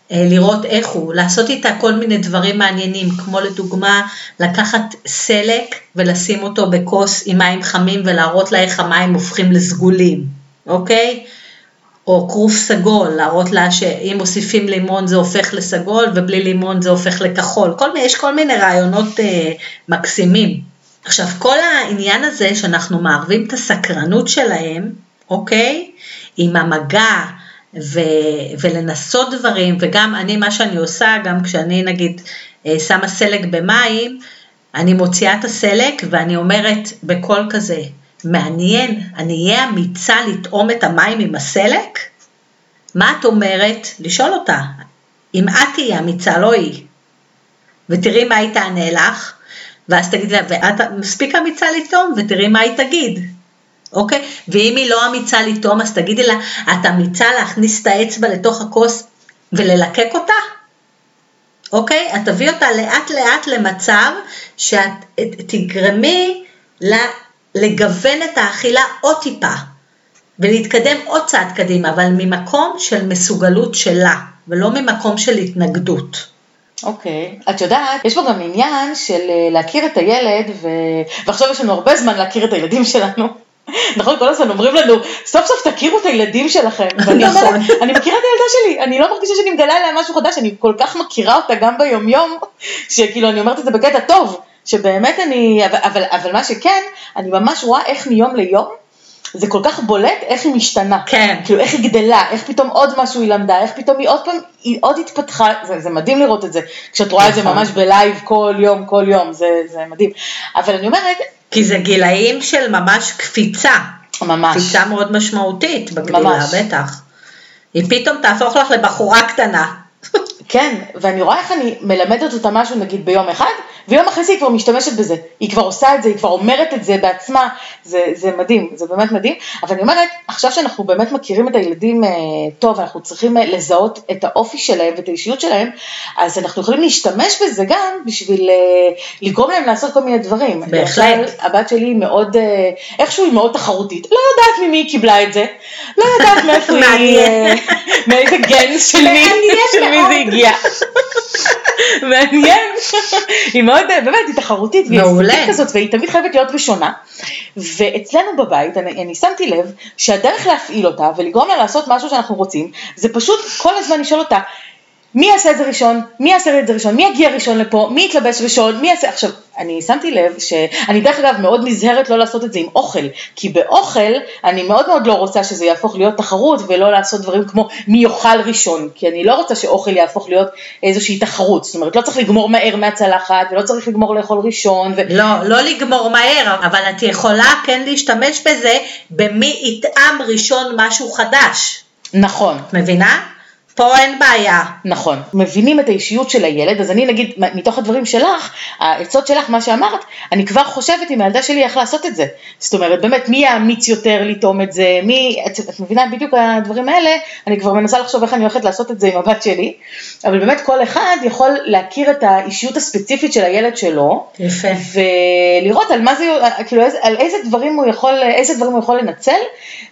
לראות איך הוא, לעשות איתה כל מיני דברים מעניינים, כמו לדוגמה לקחת סלק ולשים אותו בכוס עם מים חמים ולהראות לה איך המים הופכים לסגולים, אוקיי? או כרוף סגול, להראות לה שאם מוסיפים לימון זה הופך לסגול ובלי לימון זה הופך לכחול, יש כל מיני רעיונות מקסימים. עכשיו כל העניין הזה שאנחנו מערבים את הסקרנות שלהם, אוקיי? עם המגע, ולנסות דברים, וגם אני, מה שאני עושה, גם כשאני נגיד שמה סלק במים, אני מוציאה את הסלק ואני אומרת בקול כזה, מעניין, אני אהיה אמיצה לטעום את המים עם הסלק? מה את אומרת? לשאול אותה, אם את תהיה אמיצה, לא היא, ותראי מה היא תענה לך, ואז תגיד לה, ואת מספיק אמיצה לטעום, ותראי מה היא תגיד. אוקיי? ואם היא לא אמיצה לטעום, אז תגידי לה, את אמיצה להכניס את האצבע לתוך הכוס וללקק אותה? אוקיי? את תביא אותה לאט לאט למצב שאת תגרמי לגוון את האכילה עוד טיפה, ולהתקדם עוד צעד קדימה, אבל ממקום של מסוגלות שלה, ולא ממקום של התנגדות. אוקיי, את יודעת, יש פה גם עניין של להכיר את הילד, ועכשיו יש לנו הרבה זמן להכיר את הילדים שלנו. נכון, כל הזמן אומרים לנו, סוף סוף תכירו את הילדים שלכם. ואני אומרת, אני מכירה את הילדה שלי, אני לא מרגישה שאני מגלה עליה משהו חדש, אני כל כך מכירה אותה גם ביום יום, שכאילו אני אומרת את זה בקטע טוב, שבאמת אני, אבל מה שכן, אני ממש רואה איך מיום ליום, זה כל כך בולט איך היא משתנה. כן. כאילו איך היא גדלה, איך פתאום עוד משהו היא למדה, איך פתאום היא עוד פעם, היא עוד התפתחה, זה מדהים לראות את זה, כשאת רואה את זה ממש בלייב כל יום, זה מדהים. אבל אני אומרת, כי זה גילאים של ממש קפיצה. ממש. קפיצה מאוד משמעותית בגדילה, בטח. היא פתאום תהפוך לך לבחורה קטנה. כן, ואני רואה איך אני מלמדת אותה משהו נגיד ביום אחד, ויום אחרי זה היא כבר משתמשת בזה, היא כבר עושה את זה, היא כבר אומרת את זה בעצמה, זה מדהים, זה באמת מדהים, אבל אני אומרת, עכשיו שאנחנו באמת מכירים את הילדים טוב, אנחנו צריכים לזהות את האופי שלהם ואת האישיות שלהם, אז אנחנו יכולים להשתמש בזה גם בשביל לגרום להם לעשות כל מיני דברים. בהחלט. הבת שלי היא מאוד, איכשהו היא מאוד תחרותית, לא יודעת ממי היא קיבלה את זה, לא יודעת מאיפה היא, מאיזה גן של מי זה הגיע. מעניין. היא מאוד, באמת, היא תחרותית, והיא כזאת, והיא תמיד חייבת להיות ראשונה, ואצלנו בבית, אני שמתי לב, שהדרך להפעיל אותה, ולגרום לה לעשות משהו שאנחנו רוצים, זה פשוט כל הזמן לשאול אותה, מי יעשה את זה ראשון? מי יעשה את זה ראשון? מי יגיע ראשון לפה? מי יתלבש ראשון? מי יעשה? עכשיו, אני שמתי לב שאני דרך אגב מאוד נזהרת לא לעשות את זה עם אוכל, כי באוכל אני מאוד מאוד לא רוצה שזה יהפוך להיות תחרות, ולא לעשות דברים כמו מי יאכל ראשון, כי אני לא רוצה שאוכל יהפוך להיות איזושהי תחרות, זאת אומרת, לא צריך לגמור מהר מהצלחת, ולא צריך לגמור לאכול ראשון. לא לגמור מהר, אבל את יכולה כן להשתמש בזה, במי יטעם ראשון משהו חדש. נכון. מבינה? פה אין בעיה. נכון, מבינים את האישיות של הילד, אז אני נגיד, מתוך הדברים שלך, העצות שלך, מה שאמרת, אני כבר חושבת עם הילדה שלי איך לעשות את זה. זאת אומרת, באמת, מי יאמיץ יותר לטעום את זה, את מבינה בדיוק הדברים האלה, אני כבר מנסה לחשוב איך אני הולכת לעשות את זה עם הבת שלי, אבל באמת כל אחד יכול להכיר את האישיות הספציפית של הילד שלו, יפה. ולראות על מה זה, כאילו, על איזה דברים הוא יכול לנצל,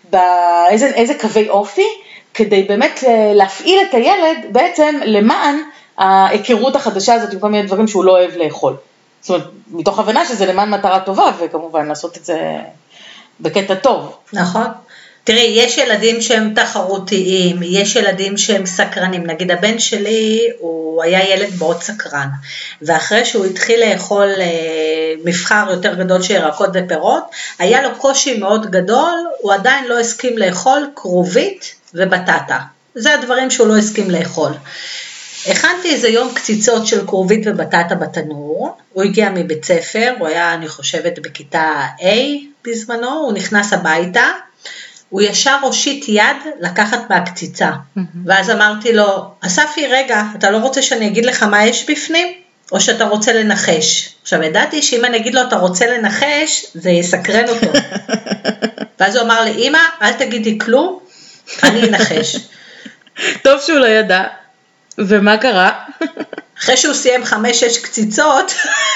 איזה קווי אופי, כדי באמת להפעיל את הילד בעצם למען ההיכרות החדשה הזאת עם כל מיני דברים שהוא לא אוהב לאכול. זאת אומרת, מתוך הבנה שזה למען מטרה טובה, וכמובן לעשות את זה בקטע טוב. נכון. תראי, יש ילדים שהם תחרותיים, יש ילדים שהם סקרנים. נגיד הבן שלי הוא היה ילד מאוד סקרן, ואחרי שהוא התחיל לאכול מבחר יותר גדול של ירקות ופירות, היה לו קושי מאוד גדול, הוא עדיין לא הסכים לאכול כרובית ובטטה. זה הדברים שהוא לא הסכים לאכול. הכנתי איזה יום קציצות של כרובית ובטטה בתנור, הוא הגיע מבית ספר, הוא היה אני חושבת בכיתה A בזמנו, הוא נכנס הביתה, הוא ישר הושיט יד לקחת מהקציצה, ואז אמרתי לו, אספי רגע, אתה לא רוצה שאני אגיד לך מה יש בפנים? או שאתה רוצה לנחש? עכשיו ידעתי שאם אני אגיד לו אתה רוצה לנחש, זה יסקרן אותו. ואז הוא אמר לי, אמא, אל תגידי כלום, אני אנחש. טוב שהוא לא ידע. ומה קרה? אחרי שהוא סיים 5-6 קציצות,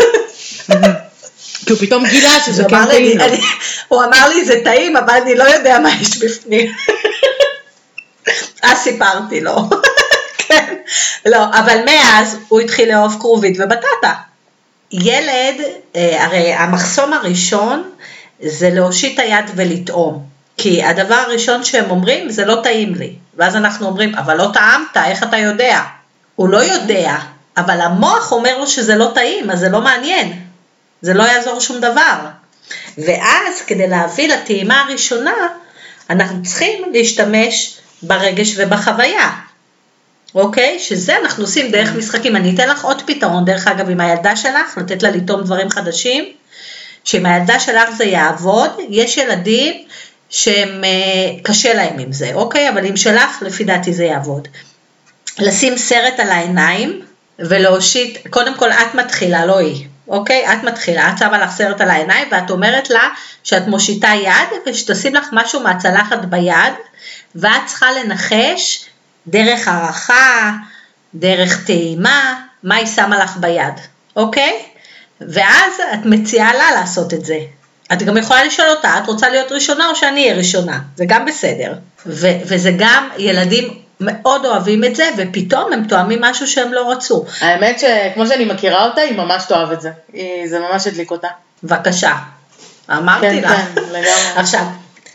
כי הוא פתאום גילה שזה כן טעים לו. הוא אמר לי, זה טעים, אבל אני לא יודע מה יש בפנים. אז סיפרתי לו. כן. לא, אבל מאז הוא התחיל לאהוב כרובית ובטטה. ילד, הרי המחסום הראשון זה להושיט היד ולטעום. כי הדבר הראשון שהם אומרים זה לא טעים לי. ואז אנחנו אומרים, אבל לא טעמת, איך אתה יודע? הוא לא יודע, אבל המוח אומר לו שזה לא טעים, אז זה לא מעניין. זה לא יעזור שום דבר. ואז כדי להביא לטעימה הראשונה, אנחנו צריכים להשתמש ברגש ובחוויה. אוקיי? שזה אנחנו עושים דרך משחקים. אני אתן לך עוד פתרון, דרך אגב, עם הילדה שלך, לתת לה לטעום דברים חדשים, שעם הילדה שלך זה יעבוד. יש ילדים שהם קשה להם עם זה, אוקיי? אבל עם שלך, לפי דעתי זה יעבוד. לשים סרט על העיניים, ולהושיט, קודם כל את מתחילה, לא היא. אוקיי? את מתחילה, את שמה לך סרט על העיניים, ואת אומרת לה שאת מושיטה יד, ושתשים לך משהו מהצלחת ביד, ואת צריכה לנחש דרך הערכה, דרך טעימה, מה היא שמה לך ביד, אוקיי? ואז את מציעה לה לעשות את זה. את גם יכולה לשאול אותה, את רוצה להיות ראשונה או שאני אהיה ראשונה? זה גם בסדר. וזה גם ילדים מאוד אוהבים את זה, ופתאום הם תואמים משהו שהם לא רצו. האמת שכמו שאני מכירה אותה, היא ממש תאהב את זה. זה ממש הדליק אותה. בבקשה. אמרתי לה. כן, לגמרי. עכשיו,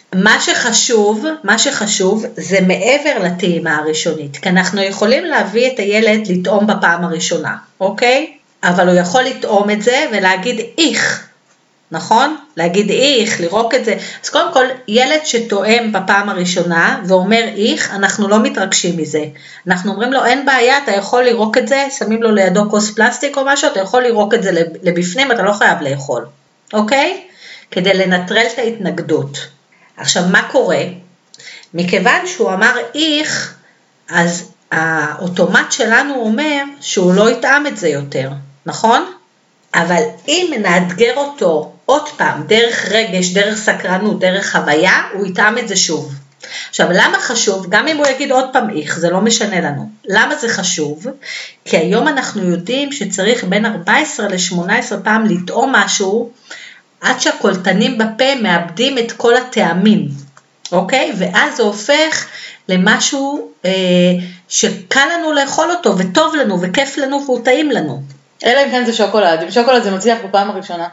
מה שחשוב זה מעבר לטעימה הראשונית, כי אנחנו יכולים להביא את הילד לטעום בפעם הראשונה, אוקיי? אבל הוא יכול לטעום את זה ולהגיד איך, נכון? להגיד איך, לרוק את זה. אז קודם כל, ילד שטועם בפעם הראשונה ואומר איך, אנחנו לא מתרגשים מזה. אנחנו אומרים לו, אין בעיה, אתה יכול לרוק את זה, שמים לו לידו כוס פלסטיק או משהו, אתה יכול לרוק את זה לבפנים, אתה לא חייב לאכול, אוקיי? כדי לנטרל את ההתנגדות. עכשיו, מה קורה? מכיוון שהוא אמר איך, אז האוטומט שלנו אומר שהוא לא יטעם את זה יותר, נכון? אבל אם נאתגר אותו עוד פעם, דרך רגש, דרך סקרנות, דרך חוויה, הוא יטעם את זה שוב. עכשיו, למה חשוב? גם אם הוא יגיד עוד פעם איך, זה לא משנה לנו. למה זה חשוב? כי היום אנחנו יודעים שצריך בין 14 ל-18 פעם לטעום משהו, עד שהקולטנים בפה מאבדים את כל הטעמים, אוקיי? ואז זה הופך למשהו שקל לנו לאכול אותו, וטוב לנו, וכיף לנו, והוא טעים לנו. אלא אם כן זה שוקולד, עם שוקולד זה מצליח בפעם הראשונה.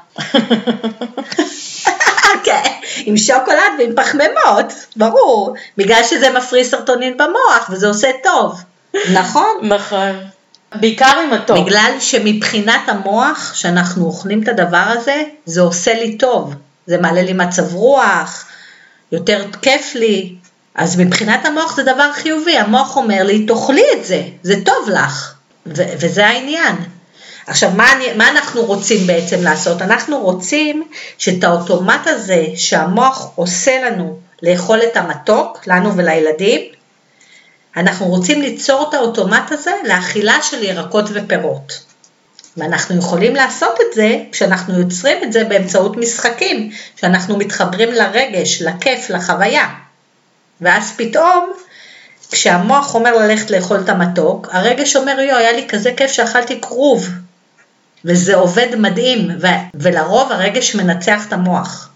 כן, עם שוקולד ועם פחמימות, ברור, בגלל שזה מפריש סרטונין במוח, וזה עושה טוב, נכון? נכון. בעיקר עם הטוב. בגלל שמבחינת המוח, שאנחנו אוכלים את הדבר הזה, זה עושה לי טוב, זה מעלה לי מצב רוח, יותר כיף לי, אז מבחינת המוח זה דבר חיובי, המוח אומר לי, תאכלי את זה, זה טוב לך, וזה העניין. עכשיו, מה אנחנו רוצים בעצם לעשות? אנחנו רוצים שאת האוטומט הזה שהמוח עושה לנו לאכול את המתוק, לנו ולילדים, אנחנו רוצים ליצור את האוטומט הזה לאכילה של ירקות ופירות. ואנחנו יכולים לעשות את זה כשאנחנו יוצרים את זה באמצעות משחקים, שאנחנו מתחברים לרגש, לכיף, לחוויה. ואז פתאום, כשהמוח אומר ללכת לאכול את המתוק, הרגש אומר, היה לי כזה כיף שאכלתי כרוב. וזה עובד מדהים, ולרוב הרגש מנצח את המוח.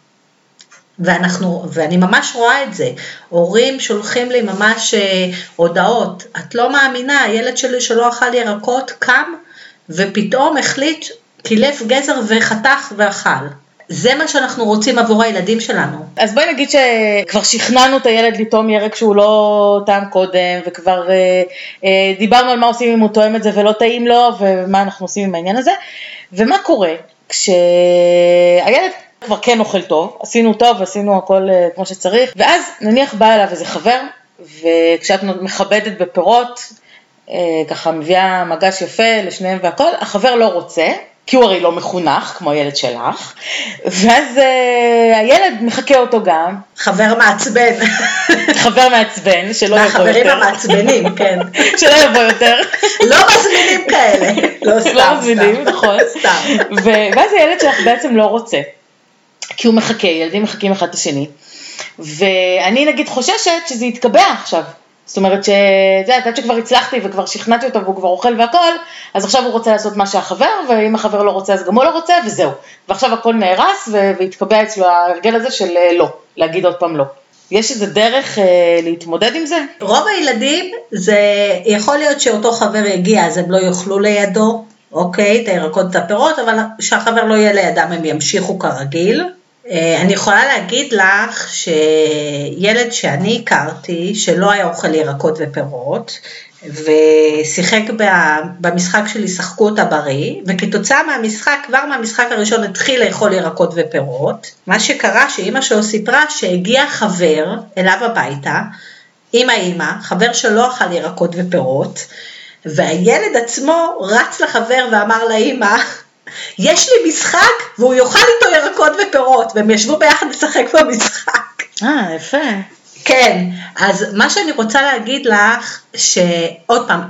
ואני ממש רואה את זה, הורים שולחים לי ממש הודעות, את לא מאמינה, הילד שלי שלא אכל ירקות קם, ופתאום החליט, קילף גזר וחתך ואכל. זה מה שאנחנו רוצים עבור הילדים שלנו. אז בואי נגיד שכבר שכנענו את הילד לטעום ירק שהוא לא טעם קודם, וכבר דיברנו על מה עושים אם הוא טועם את זה ולא טעים לו, ומה אנחנו עושים עם העניין הזה, ומה קורה כשהילד כבר כן אוכל טוב, עשינו טוב, עשינו הכל כמו שצריך, ואז נניח בא אליו איזה חבר, וכשאת מכבדת בפירות, ככה מביאה מגש יפה לשניהם והכל, החבר לא רוצה, כי הוא הרי לא מחונך, כמו הילד שלך, ואז הילד מחכה אותו גם. חבר מעצבן. חבר מעצבן, שלא יבוא יותר. מהחברים המעצבנים, כן. שלא יבוא יותר. לא מזמינים כאלה. לא סתם. לא מזמינים, נכון. סתם. ואז הילד שלך בעצם לא רוצה, כי הוא מחכה, ילדים מחכים אחד את השני, ואני נגיד חוששת שזה יתקבע עכשיו. זאת אומרת עד שכבר הצלחתי וכבר שכנעתי אותו והוא כבר אוכל והכל, אז עכשיו הוא רוצה לעשות מה שהחבר, ואם החבר לא רוצה אז גם הוא לא רוצה וזהו. ועכשיו הכל נהרס והתקבע אצלו ההרגל הזה של לא, להגיד עוד פעם לא. יש איזה דרך להתמודד עם זה? רוב הילדים, זה יכול להיות שאותו חבר יגיע, אז הם לא יאכלו לידו, אוקיי, את הירקות ואת הפירות, אבל שהחבר לא יהיה לידם, הם ימשיכו כרגיל. אני יכולה להגיד לך שילד שאני הכרתי, שלא היה אוכל ירקות ופירות, ושיחק במשחק שלי, שחקו אותה בריא, וכתוצאה מהמשחק, כבר מהמשחק הראשון התחיל לאכול ירקות ופירות. מה שקרה שאמא שלו סיפרה שהגיע חבר אליו הביתה, עם האמא, חבר שלא אכל ירקות ופירות, והילד עצמו רץ לחבר ואמר לאמא, יש לי משחק והוא יאכל איתו ירקות ופירות, והם ישבו ביחד לשחק במשחק. יפה. כן, אז מה שאני רוצה להגיד לך, שעוד פעם,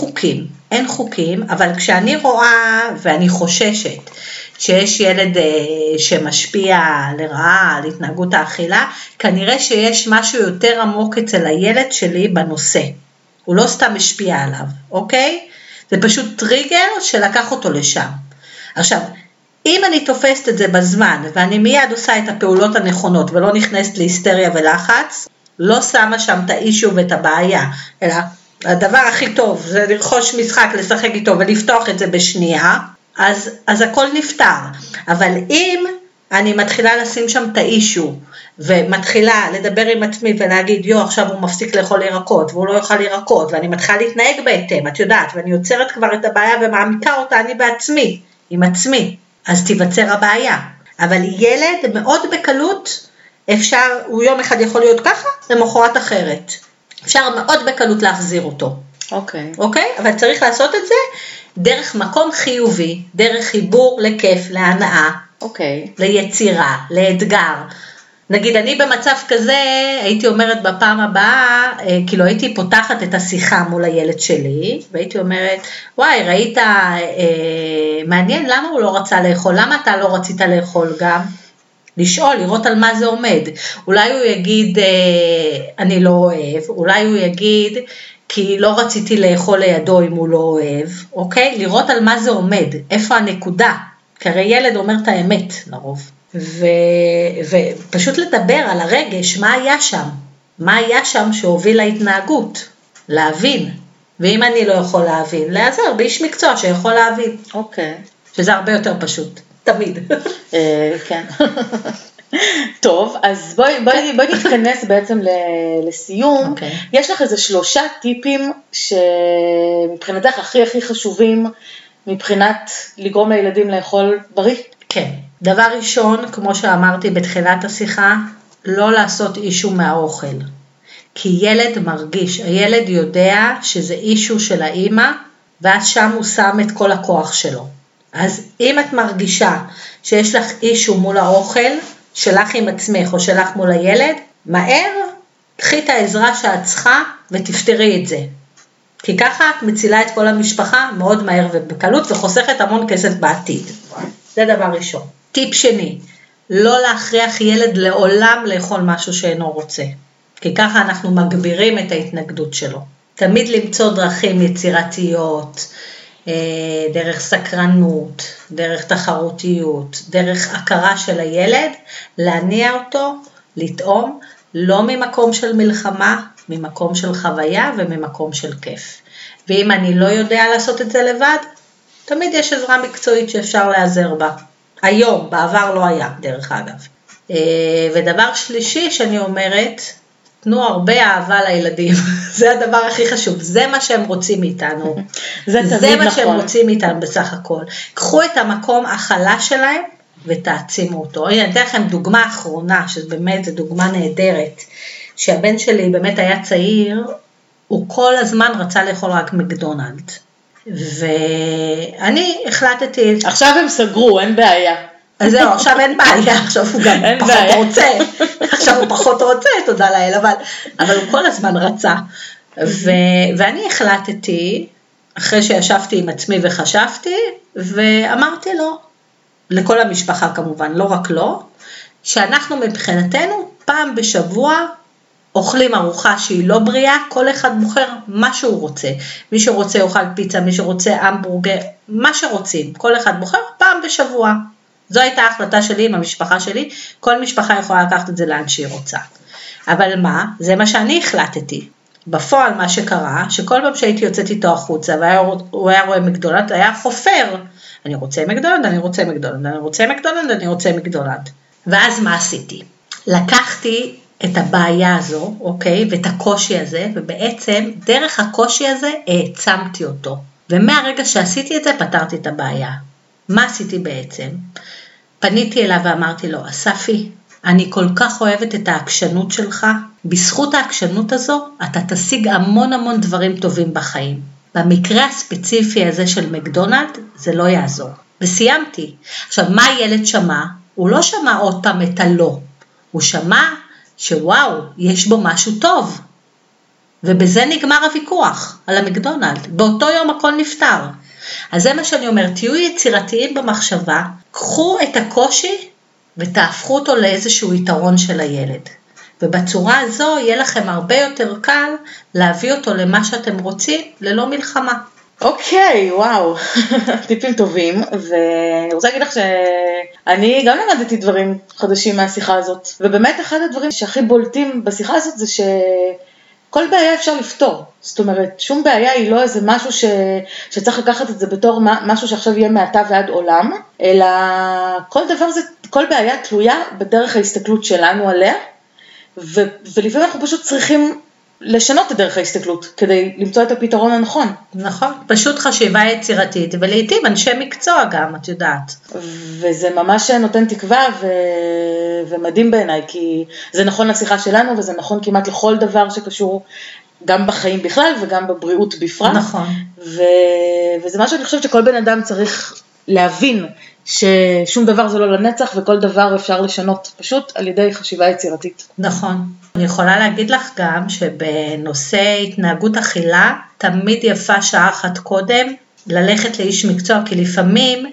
אין חוקים, אבל כשאני רואה ואני חוששת שיש ילד שמשפיע לרעה על התנהגות האכילה, כנראה שיש משהו יותר עמוק אצל הילד שלי בנושא. הוא לא סתם משפיע עליו, אוקיי? זה פשוט טריגר שלקח אותו לשם. עכשיו, אם אני תופסת את זה בזמן, ואני מיד עושה את הפעולות הנכונות, ולא נכנסת להיסטריה ולחץ, לא שמה שם את האישו ואת הבעיה, אלא הדבר הכי טוב זה לרכוש משחק, לשחק איתו ולפתוח את זה בשנייה, אז הכל נפתר. אבל אם אני מתחילה לשים שם את האישו, ומתחילה לדבר עם עצמי ולהגיד, עכשיו הוא מפסיק לאכול ירקות, והוא לא יאכל ירקות, ואני מתחילה להתנהג בהתאם, את יודעת, ואני יוצרת כבר את הבעיה ומעמיקה אותה אני בעצמי, עם עצמי, אז תיווצר הבעיה. אבל ילד מאוד בקלות, אפשר, הוא יום אחד יכול להיות ככה, למחרת אחרת. אפשר מאוד בקלות להחזיר אותו. אוקיי? אבל צריך לעשות את זה דרך מקום חיובי, דרך חיבור לכיף, להנאה, ליצירה, לאתגר. נגיד, אני במצב כזה, הייתי אומרת בפעם הבאה, כאילו הייתי פותחת את השיחה מול הילד שלי, והייתי אומרת, וואי, ראית, מעניין למה הוא לא רצה לאכול, למה אתה לא רצית לאכול גם? לשאול, לראות על מה זה עומד. אולי הוא יגיד, אני לא אוהב, אולי הוא יגיד, כי לא רציתי לאכול לידו אם הוא לא אוהב, אוקיי? לראות על מה זה עומד, איפה הנקודה, כי הרי ילד אומר את האמת לרוב. ופשוט לדבר על הרגש, מה היה שם שהוביל להתנהגות, להבין, ואם אני לא יכול להבין, להיעזר באיש מקצוע שיכול להבין. שזה הרבה יותר פשוט, תמיד. כן. טוב, אז בואי נתכנס בעצם לסיום. יש לך איזה 3 טיפים שמבחינתך הכי חשובים, מבחינת לגרום לילדים לאכול בריא? כן. דבר ראשון, כמו שאמרתי בתחילת השיחה, לא לעשות אישו מהאוכל. כי ילד מרגיש, הילד יודע שזה אישו של האמא, ואז שם הוא שם את כל הכוח שלו. אז אם את מרגישה שיש לך אישו מול האוכל, שלך עם עצמך או שלך מול הילד, מהר, קחי את העזרה שאת צריכה ותפתרי את זה. כי ככה את מצילה את כל המשפחה מאוד מהר ובקלות, וחוסכת המון כסף בעתיד. זה דבר ראשון. טיפ שני, לא להכריח ילד לעולם לאכול משהו שאינו רוצה. כי ככה אנחנו מגבירים את ההתנגדות שלו. תמיד למצוא דרכים יצירתיות, דרך סקרנות, דרך תחרותיות, דרך הכרה של הילד, להניע אותו, לטעום, לא ממקום של מלחמה, ממקום של חוויה וממקום של כיף. ואם אני לא יודע לעשות את זה לבד, תמיד יש עזרה מקצועית שאפשר להיעזר בה. היום, בעבר לא היה, דרך אגב. ודבר שלישי שאני אומרת, תנו הרבה אהבה לילדים, זה הדבר הכי חשוב, זה מה שהם רוצים מאיתנו, זה מה שהם רוצים מאיתנו בסך הכל. קחו את המקום החלש שלהם ותעצימו אותו. אני אתן לכם דוגמה אחרונה, שבאמת זו דוגמה נהדרת, שהבן שלי באמת היה צעיר, הוא כל הזמן רצה לאכול רק מקדונלד, ואני החלטתי... עכשיו הם סגרו, אין בעיה. אז זהו, עכשיו אין בעיה, עכשיו הוא גם פחות רוצה, עכשיו הוא פחות רוצה, תודה לאל, אבל הוא כל הזמן רצה. ואני החלטתי, אחרי שישבתי עם עצמי וחשבתי, ואמרתי לו, לכל המשפחה כמובן, לא רק לו, שאנחנו מבחינתנו פעם בשבוע אוכלים ארוחה שהיא לא בריאה, כל אחד בוחר מה שהוא רוצה. מי שרוצה אוכל פיצה, מי שרוצה המבורגר, מה שרוצים, כל אחד בוחר פעם בשבוע. זו הייתה ההחלטה שלי עם המשפחה שלי, כל משפחה יכולה לקחת את זה לאן שהיא רוצה. אבל מה? זה מה שאני החלטתי. בפועל מה שקרה, שכל פעם שהייתי יוצאת איתו החוצה, והוא היה רואה מקדונלד, היה חופר. אני רוצה מקדונלד, אני רוצה מקדונלד, אני רוצה מקדונלד, אני רוצה מקדונלד. ואז מה עשיתי? לקחתי את הבעיה הזו, אוקיי, ואת הקושי הזה, ובעצם דרך הקושי הזה העצמתי אותו. ומהרגע שעשיתי את זה, פתרתי את הבעיה. מה עשיתי בעצם? פניתי אליו ואמרתי לו, אספי, אני כל כך אוהבת את העקשנות שלך, בזכות העקשנות הזו, אתה תשיג המון המון דברים טובים בחיים. במקרה הספציפי הזה של מקדונלד, זה לא יעזור. וסיימתי. עכשיו, מה הילד שמע? הוא לא שמע עוד פעם את הלא. הוא שמע שוואו, יש בו משהו טוב. ובזה נגמר הוויכוח על המקדונלד. באותו יום הכל נפתר. אז זה מה שאני אומר, תהיו יצירתיים במחשבה, קחו את הקושי ותהפכו אותו לאיזשהו יתרון של הילד. ובצורה הזו יהיה לכם הרבה יותר קל להביא אותו למה שאתם רוצים ללא מלחמה. אוקיי, וואו, טיפים טובים, ואני רוצה להגיד לך שאני גם למדתי דברים חדשים מהשיחה הזאת, ובאמת אחד הדברים שהכי בולטים בשיחה הזאת זה שכל בעיה אפשר לפתור, זאת אומרת, שום בעיה היא לא איזה משהו שצריך לקחת את זה בתור משהו שעכשיו יהיה מעתה ועד עולם, אלא כל בעיה תלויה בדרך ההסתכלות שלנו עליה, ולפעמים אנחנו פשוט צריכים לשנות את דרך ההסתכלות, כדי למצוא את הפתרון הנכון. נכון, פשוט חשיבה יצירתית, ולעיתים אנשי מקצוע גם, את יודעת. וזה ממש נותן תקווה, ומדהים בעיניי, כי זה נכון לשיחה שלנו, וזה נכון כמעט לכל דבר שקשור, גם בחיים בכלל, וגם בבריאות בפרט. נכון. וזה מה שאני חושבת שכל בן אדם צריך להבין, ששום דבר זה לא לנצח, וכל דבר אפשר לשנות, פשוט על ידי חשיבה יצירתית. נכון. אני יכולה להגיד לך גם שבנושא התנהגות אכילה, תמיד יפה שעה אחת קודם, ללכת לאיש מקצוע, כי לפעמים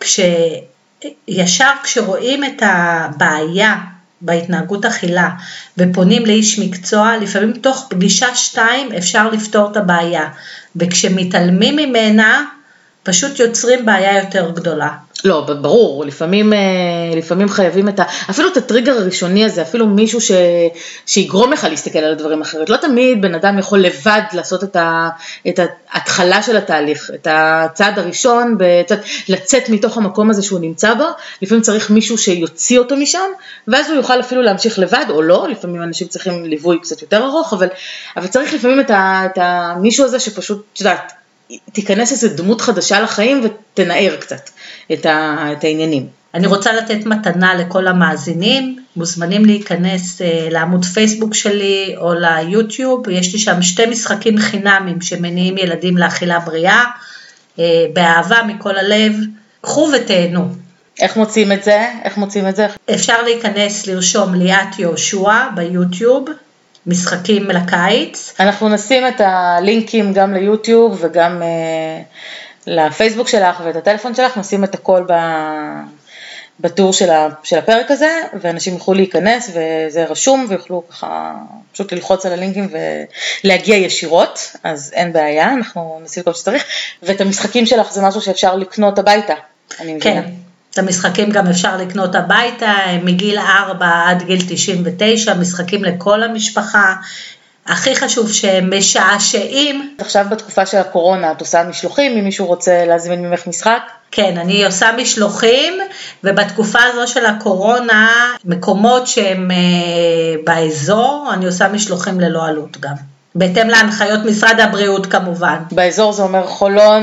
ישר כשרואים את הבעיה בהתנהגות אכילה, ופונים לאיש מקצוע, לפעמים תוך פגישה 2 אפשר לפתור את הבעיה, וכשמתעלמים ממנה, פשוט יוצרים בעיה יותר גדולה. לא, ברור, לפעמים חייבים אפילו את הטריגר הראשוני הזה, אפילו מישהו שיגרום לך להסתכל על הדברים אחרת. לא תמיד בן אדם יכול לבד לעשות את ההתחלה של התהליך, את הצעד הראשון, לצאת מתוך המקום הזה שהוא נמצא בו, לפעמים צריך מישהו שיוציא אותו משם, ואז הוא יוכל אפילו להמשיך לבד, או לא, לפעמים אנשים צריכים ליווי קצת יותר ארוך, אבל צריך לפעמים את מישהו הזה שפשוט, שדעת, תיכנס איזו דמות חדשה לחיים ותנער קצת את העניינים. אני רוצה לתת מתנה לכל המאזינים, מוזמנים להיכנס לעמוד פייסבוק שלי או ליוטיוב, יש לי שם 2 משחקים חינמים שמניעים ילדים לאכילה בריאה, באהבה מכל הלב, קחו ותהנו. איך מוצאים את זה? אפשר להיכנס לרשום ליאת יהושע ביוטיוב, משחקים לקיץ. אנחנו נשים את הלינקים גם ליוטיוב וגם לפייסבוק שלך ואת הטלפון שלך, נשים את הכל בטור של הפרק הזה, ואנשים יוכלו להיכנס וזה רשום, ויוכלו ככה פשוט ללחוץ על הלינקים ולהגיע ישירות, אז אין בעיה, אנחנו נשים כל שצריך, ואת המשחקים שלך זה משהו שאפשר לקנות הביתה, אני מבינה. כן. את המשחקים גם אפשר לקנות הביתה, מגיל 4 עד גיל 99, משחקים לכל המשפחה, הכי חשוב שהם משעשעים. עכשיו בתקופה של הקורונה, את עושה משלוחים, אם מישהו רוצה להזמין ממך משחק? כן, אני עושה משלוחים, ובתקופה הזו של הקורונה, מקומות שהם באזור, אני עושה משלוחים ללא עלות גם. בהתאם להנחיות משרד הבריאות כמובן. באזור זה אומר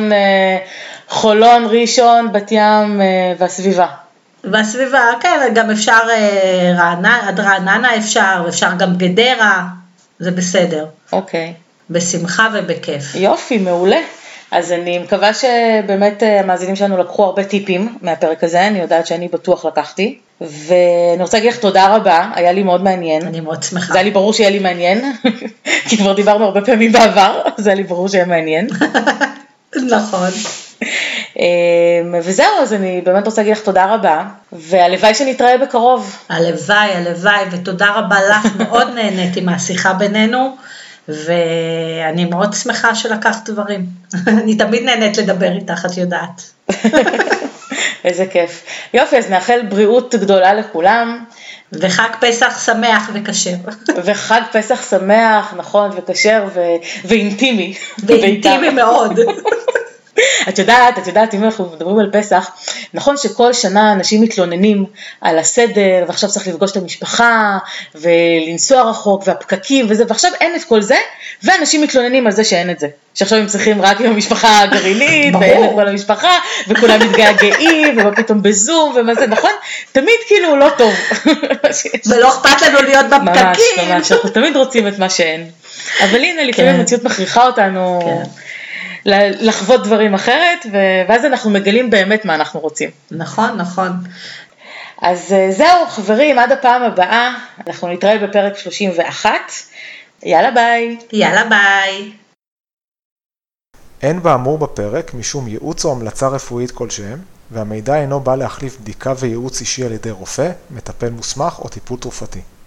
חולון, ראשון, בת ים והסביבה. והסביבה, כן, גם אפשר עד רעננה אפשר גם גדרה, זה בסדר. אוקיי. בשמחה ובכיף. יופי, מעולה. אז אני מקווה שבאמת המאזינים שלנו לקחו הרבה טיפים מהפרק הזה, אני יודעת שאני בטוח לקחתי, ואני רוצה להגיד לך תודה רבה, היה לי מאוד מעניין. אני מאוד שמחה. זה היה לי ברור שיהיה לי מעניין, כי כבר דיברנו הרבה פעמים בעבר, זה היה לי ברור שיהיה מעניין. נכון. וזהו, אז אני באמת רוצה להגיד לך תודה רבה, והלוואי שנתראה בקרוב. הלוואי, ותודה רבה לך, מאוד נהניתי מהשיחה בינינו, ואני מאוד שמחה שלקחת דברים. אני תמיד נהנית לדבר איתך, את יודעת. איזה כיף. יופי, אז נאחל בריאות גדולה לכולם. וחג פסח שמח וכשר. וחג פסח שמח, נכון, וכשר ואינטימי. ואינטימי מאוד. את יודעת, אם אנחנו מדברים על פסח, נכון שכל שנה אנשים מתלוננים על הסדר, ועכשיו צריך לפגוש את המשפחה, ולנסוע רחוק, והפקקים וזה, ועכשיו אין את כל זה, ואנשים מתלוננים על זה שאין את זה. שעכשיו הם צריכים רק עם המשפחה הגרעינית, ואין את כל המשפחה, וכולם מתגעגעים, ופתאום בזום, ומה זה, נכון? תמיד כאילו לא טוב. ולא אכפת לנו להיות בפקקים. ממש, אנחנו תמיד רוצים את מה שאין. אבל הנה, לפעמים המציאות מכריחה אותנו לחוות דברים אחרת, ואז אנחנו מגלים באמת מה אנחנו רוצים. נכון. אז זהו, חברים, עד הפעם הבאה, אנחנו נתראה בפרק 31. יאללה ביי. יאללה ביי. אין באמור בפרק משום ייעוץ או המלצה רפואית כלשהם, והמידע אינו בא להחליף בדיקה וייעוץ אישי על ידי רופא, מטפל מוסמך או טיפול תרופתי.